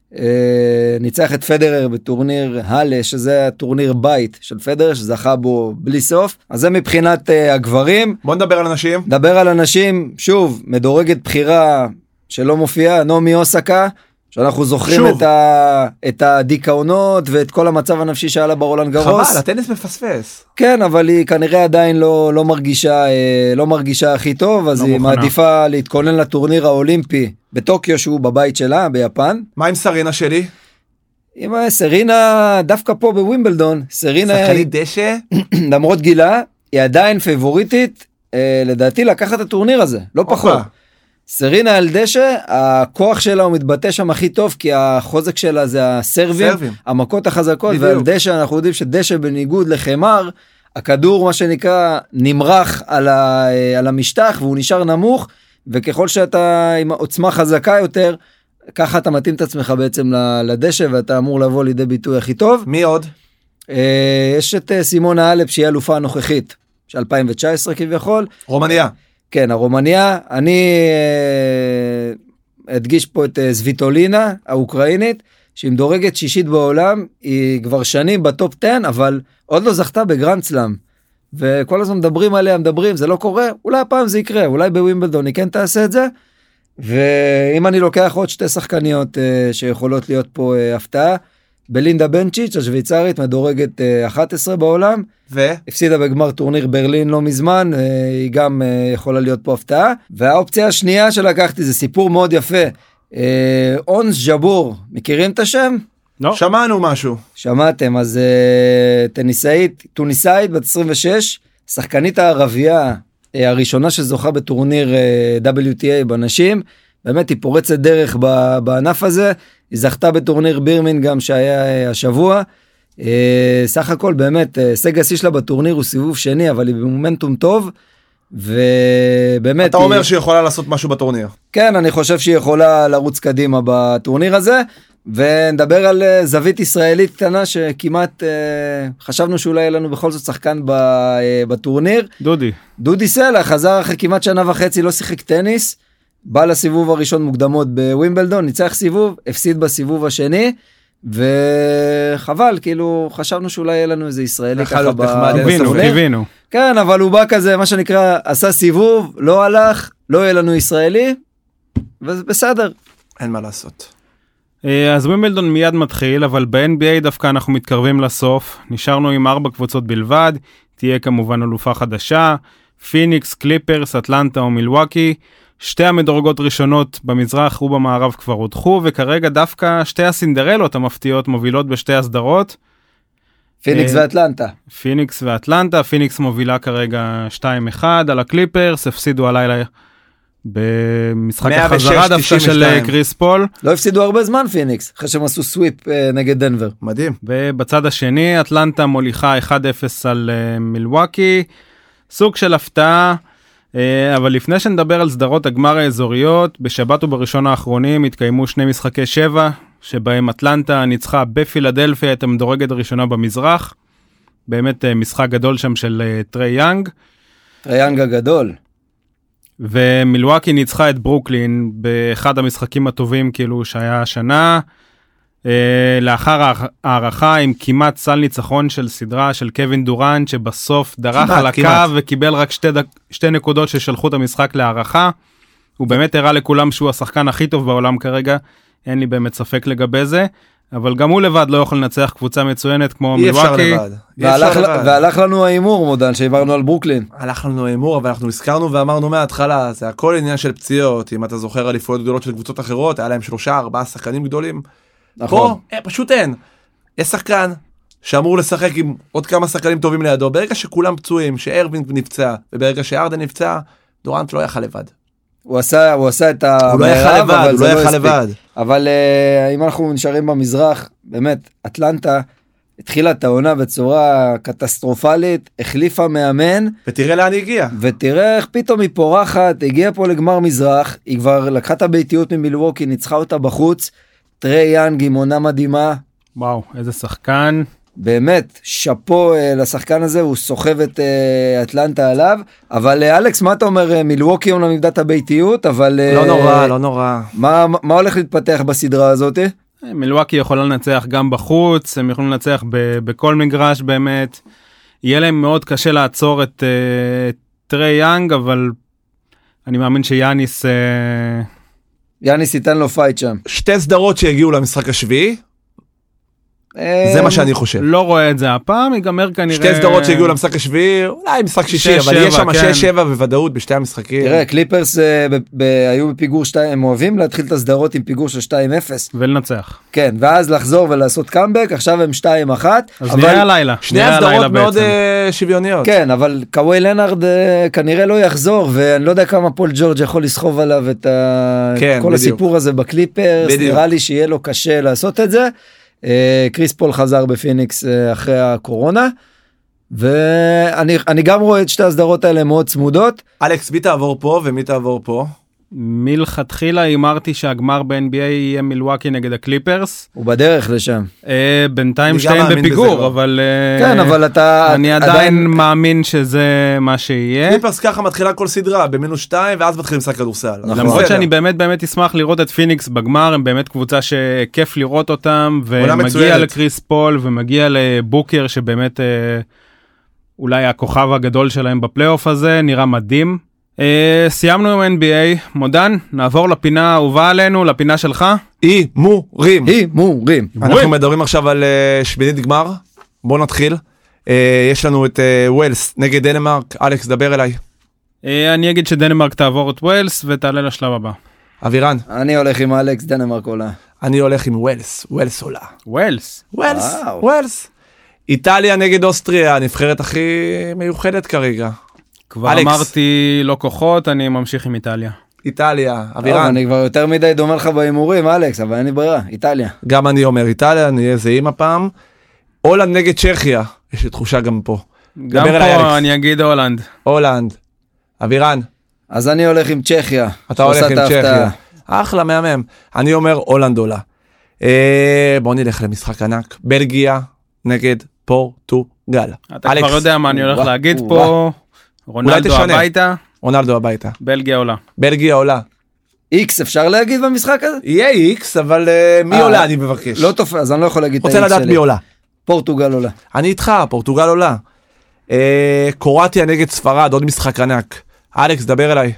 ניצח את פדרר בטורניר הלה, שזה הטורניר בית של פדרר, שזכה בו בלי סוף. אז זה מבחינת הגברים. בוא נדבר על אנשים. נדבר על אנשים, שוב, מדורגת בחירה שלא מופיעה, נעמי אוסקה, שאנחנו זוכרים את הדיכאונות ואת כל המצב הנפשי שהיה לה ברולנד גרוס. חבל, הטניס מפספס. כן, אבל היא כנראה עדיין לא מרגישה הכי טוב, אז היא מעדיפה להתכונן לטורניר האולימפי בטוקיו, שהוא בבית שלה, ביפן. מה עם סרינה שלי? עם סרינה, דווקא פה בווימבלדון, סרינה... שחקנית דשא? למרות גילה, היא עדיין פייבוריטית, לדעתי לקחת את הטורניר הזה, לא פחות. סרינה על דשא, הכוח שלה הוא מתבטא שם הכי טוב, כי החוזק שלה זה הסרבים, המכות החזקות, ועל דשא אנחנו יודעים שדשא בניגוד לחמר, הכדור מה שנקרא נמרח על המשטח, והוא נשאר נמוך, וככל שאתה עם עוצמה חזקה יותר, ככה אתה מתאים את עצמך בעצם לדשא, ואתה אמור לבוא לידי ביטוי הכי טוב. מי עוד? יש את סימונה אלפ, שהיא אלופה הנוכחית, של 2019 כביכול. רומניה. כן, הרומניה. אני אדגיש פה את זוויטולינה, האוקראינית, שהיא מדורגת שישית בעולם, היא כבר שנים בטופ 10, אבל עוד לא זכתה בגרנד סלאם. וכל הזמן מדברים עליה, זה לא קורה, אולי הפעם זה יקרה, אולי בווימבלדון היא כן תעשה את זה. ואם אני לוקח עוד שתי שחקניות שיכולות להיות פה הפתעה, בלינדה בנצ'יץ' השוויצרית מדורגת 11 בעולם, הפסידה בגמר טורניר ברלין לא מזמן, היא גם יכולה להיות פה הפתעה. והאופציה השנייה שלקחתי זה סיפור מאוד יפה, אונס ג'בור, מכירים את השם? לא. שמענו משהו. שמעתם, אז טוניסאית בת 26, שחקנית הערבייה הראשונה שזוכה בטורניר WTA בנשים, באמת היא פורצת דרך בענף הזה, היא זכתה בטורניר בירמינגהאם שהיה השבוע, סך הכל באמת, הישג השיא שלה בטורניר הוא סיבוב שני, אבל היא במומנטום טוב, ובאמת... אתה אומר שהיא יכולה לעשות משהו בטורניר. כן, אני חושב שהיא יכולה לרוץ קדימה בטורניר הזה, ונדבר על זווית ישראלית קטנה שכמעט חשבנו שאולי יהיה לנו בכל זאת שחקן בטורניר. דודי סלע חזר אחרי כמעט שנה וחצי, לא שיחק טניס, בא לסיבוב הראשון מוקדמות בווימבלדון, ניצח סיבוב, הפסיד בסיבוב השני, וחבל, כאילו חשבנו שאולי יהיה לנו איזה ישראלי ככה בטורניר. כן, אבל הוא בא כזה, מה שנקרא, עשה סיבוב, לא הלך, לא יהיה לנו ישראלי, ובסדר. אין מה לעשות. אז ווימבלדון מיד מתחיל, אבל ב-NBA דווקא אנחנו מתקרבים לסוף, נשארנו עם 4 קבוצות בלבד, תהיה כמובן אלופה חדשה, פיניקס, קליפרס, אטלנטה או מילווקי, שתי המדורגות ראשונות במזרח ובמערב כבר הודחו, וכרגע דווקא שתי הסינדרלות המפתיעות מובילות בשתי הסדרות. פיניקס ואטלנטה. פיניקס מובילה כרגע 2-1 על הקליפרס, הפסידו הלילה במשחק החזרה דווקא של קריס פול. לא הפסידו הרבה זמן פיניקס, אחרי שהם עשו סוויפ נגד דנבר. מדהים. ובצד השני, אטלנטה מוליכה 1-0 על מילווקי, סוג של הפתעה, אבל לפני שנדבר על סדרות הגמר האזוריות, בשבת ובראשון האחרונים התקיימו 2 משחקי 7, שבהם אטלנטה ניצחה בפילדלפיה את המדורגת הראשונה במזרח, באמת משחק גדול שם של טרי יאנג. טרי יאנג הגדול. ומילווקי ניצחה את ברוקלין באחד המשחקים הטובים כאילו שהיה השנה, לאחר הערכה עם כמעט סל ניצחון של סדרה של קווין דורנט, שבסוף דרך על הקו וקיבל רק 2 נקודות ששלחו את המשחק להערכה. הוא באמת הראה לכולם שהוא השחקן הכי טוב בעולם כרגע, אין לי באמת ספק לגבי זה, אבל גם הוא לבד לא יכול לנצח קבוצה מצוינת כמו מילווקי. והלך לנו האימור, מודן, שהעברנו על ברוקלין. הלך לנו האימור, אבל אנחנו הזכרנו ואמרנו מההתחלה, זה הכל עניין של פציעות, אם אתה זוכר אליפויות גדולות של קבוצות אחרות, היה להם 3-4 שחקנים גדולים. נכון. פה, פשוט אין. יש שחקן שאמור לשחק עם עוד כמה שחקנים טובים לידו, ברגע שכולם פצועים, שארווינג נפצע, וברגע שארדן נפצע, דורנט לא יכל לבד. הוא עשה את הוא לא יכל לבד. אבל אם אנחנו נשארים במזרח, באמת, אטלנטה התחילה את העונה בצורה קטסטרופלית, החליפה מאמן. ותראה לאן היא הגיעה. ותראה איך פתאום היא פורחת, הגיעה פה לגמר מזרח, היא כבר לקחה את הביתיות ממילווקי, ניצחה אותה בחוץ, טרי יאנג עם עונה מדהימה. וואו, איזה שחקן. באמת, שפו לשחקן הזה, הוא סוחב את אטלנטה עליו, אבל אלכס, מה אתה אומר? מילווקי אומנם איבדה את הביתיות, אבל... לא נורא. מה הולך להתפתח בסדרה הזאת? מילווקי יכולה לנצח גם בחוץ, הם יכולים לנצח בכל מגרש באמת, יהיה להם מאוד קשה לעצור את טרי יאנג, אבל אני מאמין שיאניס יאניס ייתן לו פייט שם. שתי סדרות שהגיעו למשחק השביעי, זה מה שאני חושב. לא רואה את זה הפעם, ייגמר כנראה... שתי סדרות שהגיעו למשחק השביעי, אולי משחק שישי, אבל יש שם 6-7 בוודאות בשתי המשחקים. תראה, קליפרס היו בפיגור 2, הם אוהבים להתחיל את הסדרות עם פיגור של 2-0. ולנצח. כן, ואז לחזור ולעשות קאמבק, עכשיו הם 2-1. אז נראה הלילה. שני הסדרות מאוד שוויוניות. כן, אבל קוואי לנארד כנראה לא יחזור, ואני לא יודע כמה פול ג'ורג' יכול לסחוב עליו את כל הסיפור הזה בקליפרס, נראה לי שיהיה לו קשה לעשות את זה. קריס פול חזר בפיניקס אחרי הקורונה, ואני גם רואה את שתי הסדרות האלה מאוד צמודות. אלכס, מי תעבור פה ומי תעבור פה? מלכתחילה אמרתי שהגמר ב-NBA יהיה מילווקי נגד הקליפרס. הוא בדרך לשם. בינתיים שתיים בפיגור, אבל... כן, אבל אתה... אני עדיין מאמין שזה מה שיהיה. קליפרס ככה מתחילה כל סדרה, ב-2, ואז מתחילים לשחק כדורסל. למרות שאני באמת אשמח לראות את פיניקס בגמר, הם באמת קבוצה שכיף לראות אותם, ומגיע לקריס פול, ומגיע לבוקר, שבאמת אולי הכוכב הגדול שלהם בפלייאוף הזה, נראה מדהים. סיימנו עם NBA, מודן, נעבור לפינה האהובה עלינו, לפינה שלך. הימורים. אנחנו מדברים עכשיו על שמינית גמר, בוא נתחיל. יש לנו את ווילס נגד דנמרק, אלכס דבר אליי. אני אגיד שדנמרק תעבור את ווילס ותעלה לשלב הבא. אבירן. אני הולך עם אלכס, דנמרק עולה. אני הולך עם ווילס, ווילס עולה. ווילס. איטליה נגד אוסטריה, הנבחרת הכי מיוחדת כרגע. כבר אמרתי לא כוחות, אני ממשיך עם איטליה. איטליה, אבירן. אני כבר יותר מדי דומה לך בהימורים, אלכס, אבל אין לי ברירה, איטליה. גם אני אומר איטליה, אני אהיה זהים הפעם. הולנד נגד צ'כיה, יש לי תחושה גם פה. גם פה אני אגיד הולנד. הולנד. אבירן. אז אני הולך עם צ'כיה. אתה הולך עם צ'כיה. אחלה, מהמם. אני אומר הולנד עולה. בוא נלך למשחק ענק. בלגיה נגד פורטוגל. אתה כבר יודע מה אני הולך להגיד פה. רונלדו הביתה. רונלדו הביתה. בלגיה עולה. איקס אפשר להגיד במשחק הזה? יהיה איקס, אבל מי עולה אני מבקש. לא תופע, אז אני לא יכול להגיד את האיקס שלי. רוצה לדעת מי עולה. פורטוגל עולה. אני איתך, פורטוגל עולה. קרואטיה נגד ספרד, עוד משחק ענק. אלכס, דבר אליי.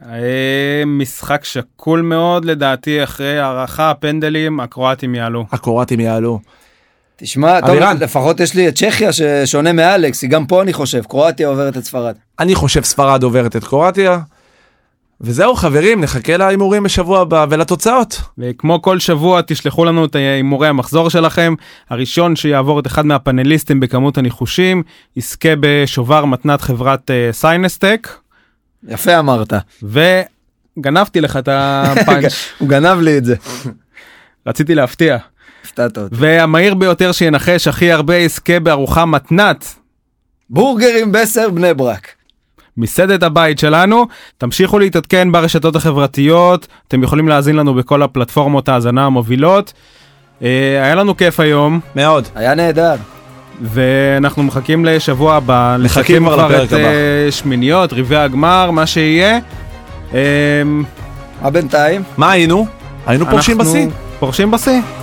משחק שקול מאוד, לדעתי, אחרי הערכה, הפנדלים, הקרואטים יעלו. תשמע, טוב, לפחות יש לי את צ'כיה ששונה מאלכס, גם פה אני חושב, קרואטיה עוברת את ספרד. אני חושב ספרד עוברת את קרואטיה, וזהו חברים, נחכה להימורים בשבוע הבא ולתוצאות. וכמו כל שבוע תשלחו לנו את הימורי המחזור שלכם, הראשון שיעבור את אחד מהפאנליסטים בכמות הניחושים, יזכה בשובר מתנת חברת סיינסטק. יפה אמרת. וגנבתי לך את הפאנץ'. הוא גנב לי את זה. רציתי להפתיע. והמהיר ביותר שינחש הכי הרבה יזכה בארוחה מתנת. בורגרים בסר בני ברק. מסעדת הבית שלנו. תמשיכו להתעדכן ברשתות החברתיות. אתם יכולים להאזין לנו בכל הפלטפורמות ההאזנה המובילות. היה לנו כיף היום. מאוד. היה נהדר. ואנחנו מחכים לשבוע הבא. מחכים כבר את שמיניות, רבעי הגמר, מה שיהיה. מה בינתיים? מה היינו? היינו פורשים בשיא. פורשים בשיא.